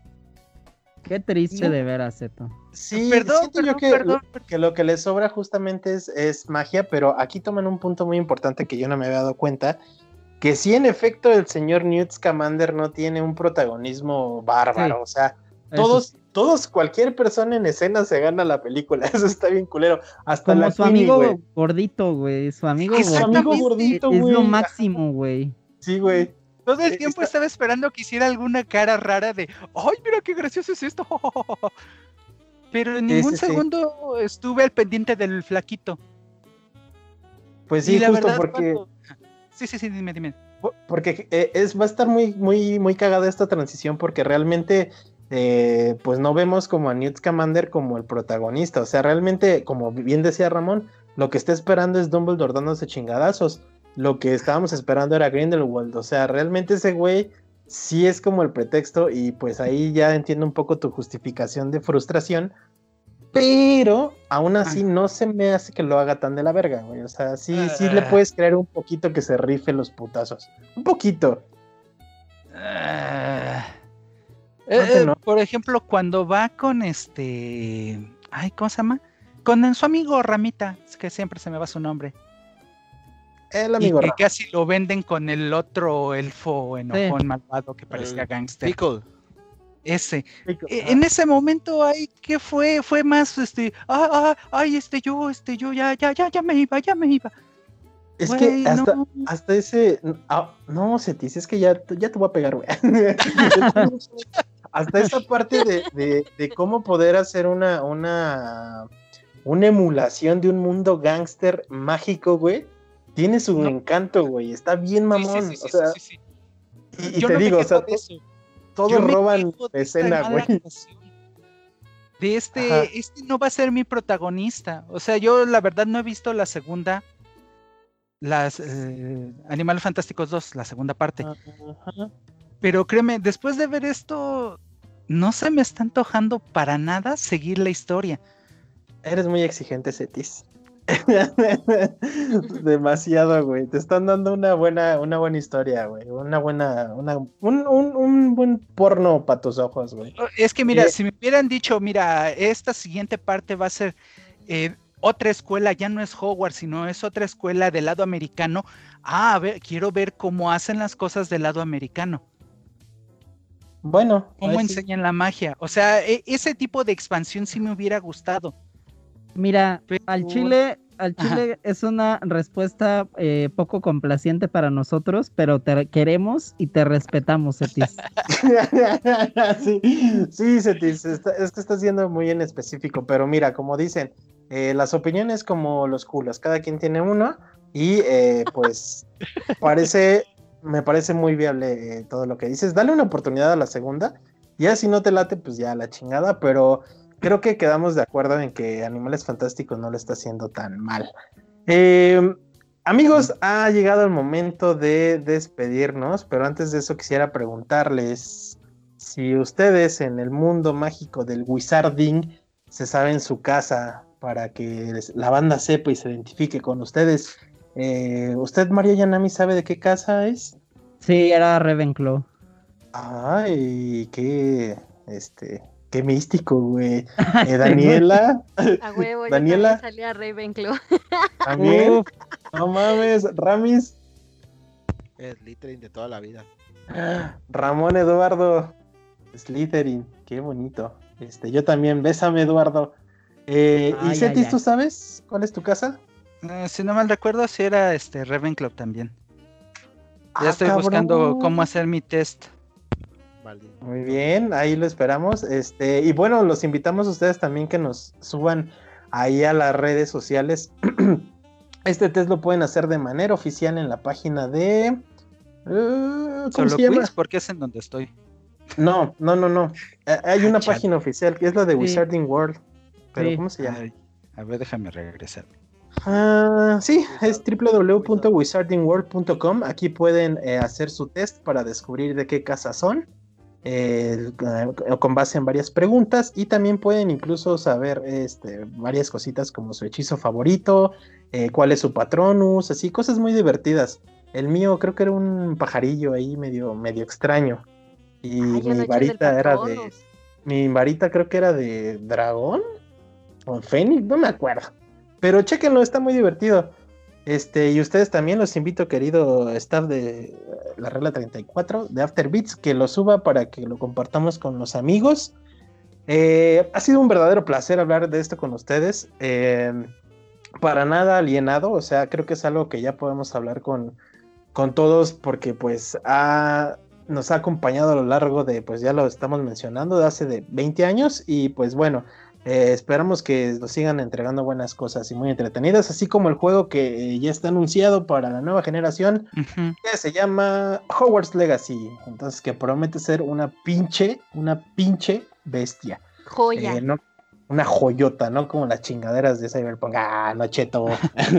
Qué triste No. de ver a Zeto. Sí, Perdón, siento yo perdón, que, perdón, perdón. que lo que le sobra justamente es, es magia, pero aquí toman un punto muy importante que yo no me había dado cuenta, que sí, en efecto, el señor Newt Scamander no tiene un protagonismo bárbaro, Sí, o sea, Eso todos, sí. todos, cualquier persona en escena se gana la película, eso está bien culero, hasta Como la su Queenie, amigo güey. gordito, güey. Su amigo Su amigo gordito gordito, es lo güey. máximo, güey. Sí, güey. Todo el Eh, tiempo está- estaba esperando que hiciera alguna cara rara de, ¡ay, mira qué gracioso es esto! Pero en Sí, ningún sí, sí. segundo estuve al pendiente del flaquito. Pues Y sí, la justo verdad, porque... cuando- Sí, sí, sí, dime, dime. Po- Porque eh, es, va a estar muy, muy, muy cagada esta transición porque realmente eh, pues no vemos como a Newt Scamander como el protagonista. O sea, realmente, como bien decía Ramón, lo que está esperando es Dumbledore dándose chingadazos. Lo que estábamos esperando era Grindelwald. O sea, realmente ese güey sí es como el pretexto y pues ahí ya entiendo un poco tu justificación de frustración. Pero aún así no se me hace que lo haga tan de la verga, güey. O sea, sí, sí le Ah. puedes creer un poquito que se rife los putazos. Un poquito. Ah. No, Eh, que eh, no. por ejemplo, cuando va con este... Ay, ¿cómo se llama? Con su amigo Ramita, es que siempre se me va su nombre. El Y amigo que Rafa. casi lo venden con el otro elfo enojón malvado que parecía El gángster. Pickle. Ese. Pico, E- ajá. En ese momento, ay, ¿qué fue? Fue más, este, ah, ah, ay, este, yo, este, yo, ya, ya, ya, ya me iba, ya me iba. Es Güey, que hasta, no. hasta ese. Ah, no, Cetis, es que ya, ya te voy a pegar, güey. Hasta esa parte de, de, de cómo poder hacer una, una, una emulación de un mundo gángster mágico, güey. Tiene su No. encanto, güey. Está bien Sí, mamón. sí, sí, o sí, sea, sí, sí, sí. y, y Yo te no me digo, o quejo sea, de to- eso. todos Yo me roban quejo de esta escena, mala güey. actuación. De Ajá. este, este no va a ser mi protagonista. O sea, yo la verdad no he visto la segunda, las eh, Animales Fantásticos dos, la segunda parte. Ajá. Pero créeme, después de ver esto, no se me está antojando para nada seguir la historia. Eres muy exigente, Cetis. Demasiado, güey. Te están dando una buena, una buena historia, güey. Una buena, una, un, un, un buen porno para tus ojos, güey. Es que mira, Eh, si me hubieran dicho, mira, esta siguiente parte va a ser eh, otra escuela, ya no es Hogwarts, sino es otra escuela del lado americano. Ah, a ver, quiero ver cómo hacen las cosas del lado americano. Bueno, Cómo ahí sí. enseñan la magia. O sea, e- ese tipo de expansión sí me hubiera gustado. Mira, Pero- al Chile, al Ajá. Chile es una respuesta eh, poco complaciente para nosotros, pero te queremos y te respetamos, Cetis. sí, sí, Cetis, está- es que estás siendo muy en específico, pero mira, como dicen, eh, las opiniones como los culos, cada quien tiene uno y eh, pues parece, me parece muy viable eh, todo lo que dices. Dale una oportunidad a la segunda, ya si no te late, pues ya la chingada, pero creo que quedamos de acuerdo en que Animales Fantásticos no lo está haciendo tan mal. Eh, amigos, ha llegado el momento de despedirnos, pero antes de eso quisiera preguntarles si ustedes en el mundo mágico del Wizarding se saben su casa para que les- la banda sepa y se identifique con ustedes. Eh, ¿usted, María Yanami, sabe de qué casa es? Sí, era Ravenclaw. Ay, qué, este, qué místico, güey. Eh, Este, Daniela, A huevo, yo Daniela. también salí a Ravenclaw. también. Uf, No mames, Ramis. Es Slytherin de toda la vida. Ramón Eduardo Slytherin, qué bonito. Este, yo también, bésame, Eduardo. Eh, Ay, ¿Y ay, Cetis, ay. tú sabes cuál es tu casa? Eh, si no mal recuerdo, si era este Ravenclaw también. Ya Ah, estoy cabrón. buscando cómo hacer mi test. Maldito. Muy bien, ahí lo esperamos. Este, y bueno, los invitamos a ustedes también que nos suban ahí a las redes sociales. Este test lo pueden hacer de manera oficial en la página de. eh, ¿Cómo Solo se llama? quiz, porque es en donde estoy. No, no, no, no. Eh, Hay Ah, una chale. página oficial que es la de Sí. Wizarding World. Pero Sí. ¿cómo se llama? Ay, a ver, déjame regresar. Ah, sí, es Wizard- w w w punto wizarding world punto com. Aquí pueden eh, hacer su test para descubrir de qué casa son, eh, eh, con base en varias preguntas, y también pueden incluso saber este, varias cositas como su hechizo favorito, eh, cuál es su patronus, así, cosas muy divertidas. El mío creo que era un pajarillo ahí medio, medio extraño. Y Ah, yo no mi he hecho el del varita era de. Patronus. Mi varita creo que era de dragón o fénix, no me acuerdo. Pero chéquenlo, está muy divertido. Este, y ustedes también los invito, querido staff de eh, la regla treinta y cuatro de After Beats, que lo suba para que lo compartamos con los amigos. Eh, ha sido un verdadero placer hablar de esto con ustedes. Eh, para nada alienado, o sea, creo que es algo que ya podemos hablar con, con todos porque pues ha, nos ha acompañado a lo largo de, pues ya lo estamos mencionando, de hace de veinte años y pues bueno, eh, esperamos que nos sigan entregando buenas cosas y muy entretenidas, así como el juego que eh, ya está anunciado para la nueva generación, Ujú. que se llama Hogwarts Legacy, entonces que promete ser una pinche, una pinche bestia. Joya. Eh, no, una joyota, no como las chingaderas de Cyberpunk. Ah, no, cheto.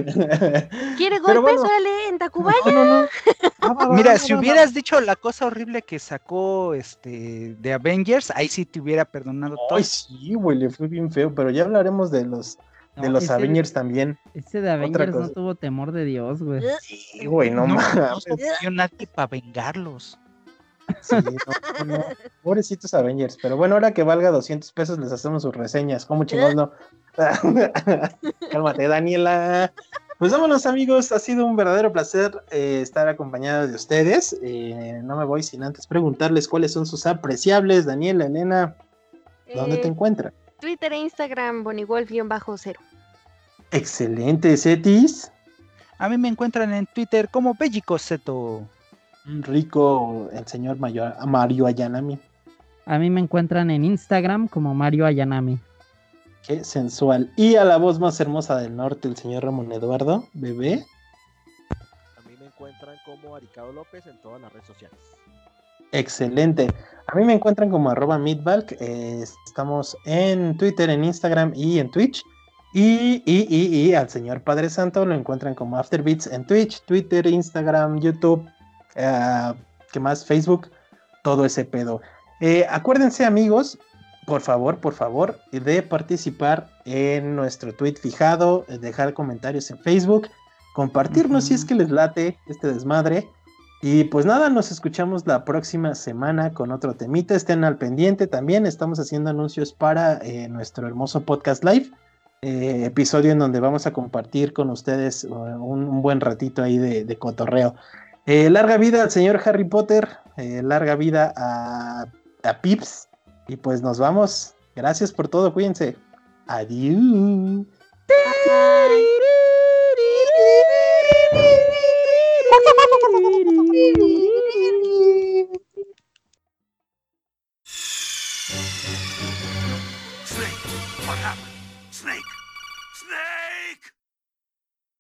¿Quiere Pero golpes? bueno, Órale, en Tacubaya. no, no, no. Va, va, va, Mira, va, si va, va. hubieras dicho la cosa horrible que sacó este de Avengers, ahí sí te hubiera perdonado todo. Ay, sí, güey, le fue bien feo, pero ya hablaremos de los, de No, los ese- Avengers también. Ese de Avengers no cosa. tuvo temor de Dios, güey. Sí, güey, no, No, no mames. sufrió nadie para vengarlos. Sí, no, no, no. Pobrecitos Avengers, pero bueno, ahora que valga doscientos pesos les hacemos sus reseñas. ¿Cómo chingados no? Cálmate, Daniela. Pues vámonos, amigos. Ha sido un verdadero placer eh, estar acompañado de ustedes. Eh, no me voy sin antes preguntarles cuáles son sus apreciables. Daniela, Elena, ¿dónde Eh, te encuentran? Twitter e Instagram, bonigolf-cero. Excelente, Cetis. A mí me encuentran en Twitter como Bellicoseto. Rico, el señor mayor, Mario Ayanami. A mí me encuentran en Instagram como Mario Ayanami. Qué sensual. Y a la voz más hermosa del norte, el señor Ramón Eduardo, bebé. A mí me encuentran como Aricado López en todas las redes sociales. Excelente. A mí me encuentran como arroba Meatbalk. Eh, estamos en Twitter, en Instagram y en Twitch. Y, y, y, y al señor Padre Santo lo encuentran como Afterbeats en Twitch, Twitter, Instagram, YouTube, uh, ¿qué más? Facebook, todo ese pedo. Eh, acuérdense, amigos, por favor, por favor, de participar en nuestro tweet fijado, dejar comentarios en Facebook, compartirnos Uh-huh. si es que les late este desmadre. Y pues nada, nos escuchamos la próxima semana con otro temita. Estén al pendiente también. Estamos haciendo anuncios para eh, nuestro hermoso podcast live. Eh, episodio en donde vamos a compartir con ustedes uh, un, un buen ratito ahí de, de cotorreo. Eh, larga vida al señor Harry Potter. Eh, larga vida a, a Pips. Y pues nos vamos. Gracias por todo. Cuídense. Adiós. Bye.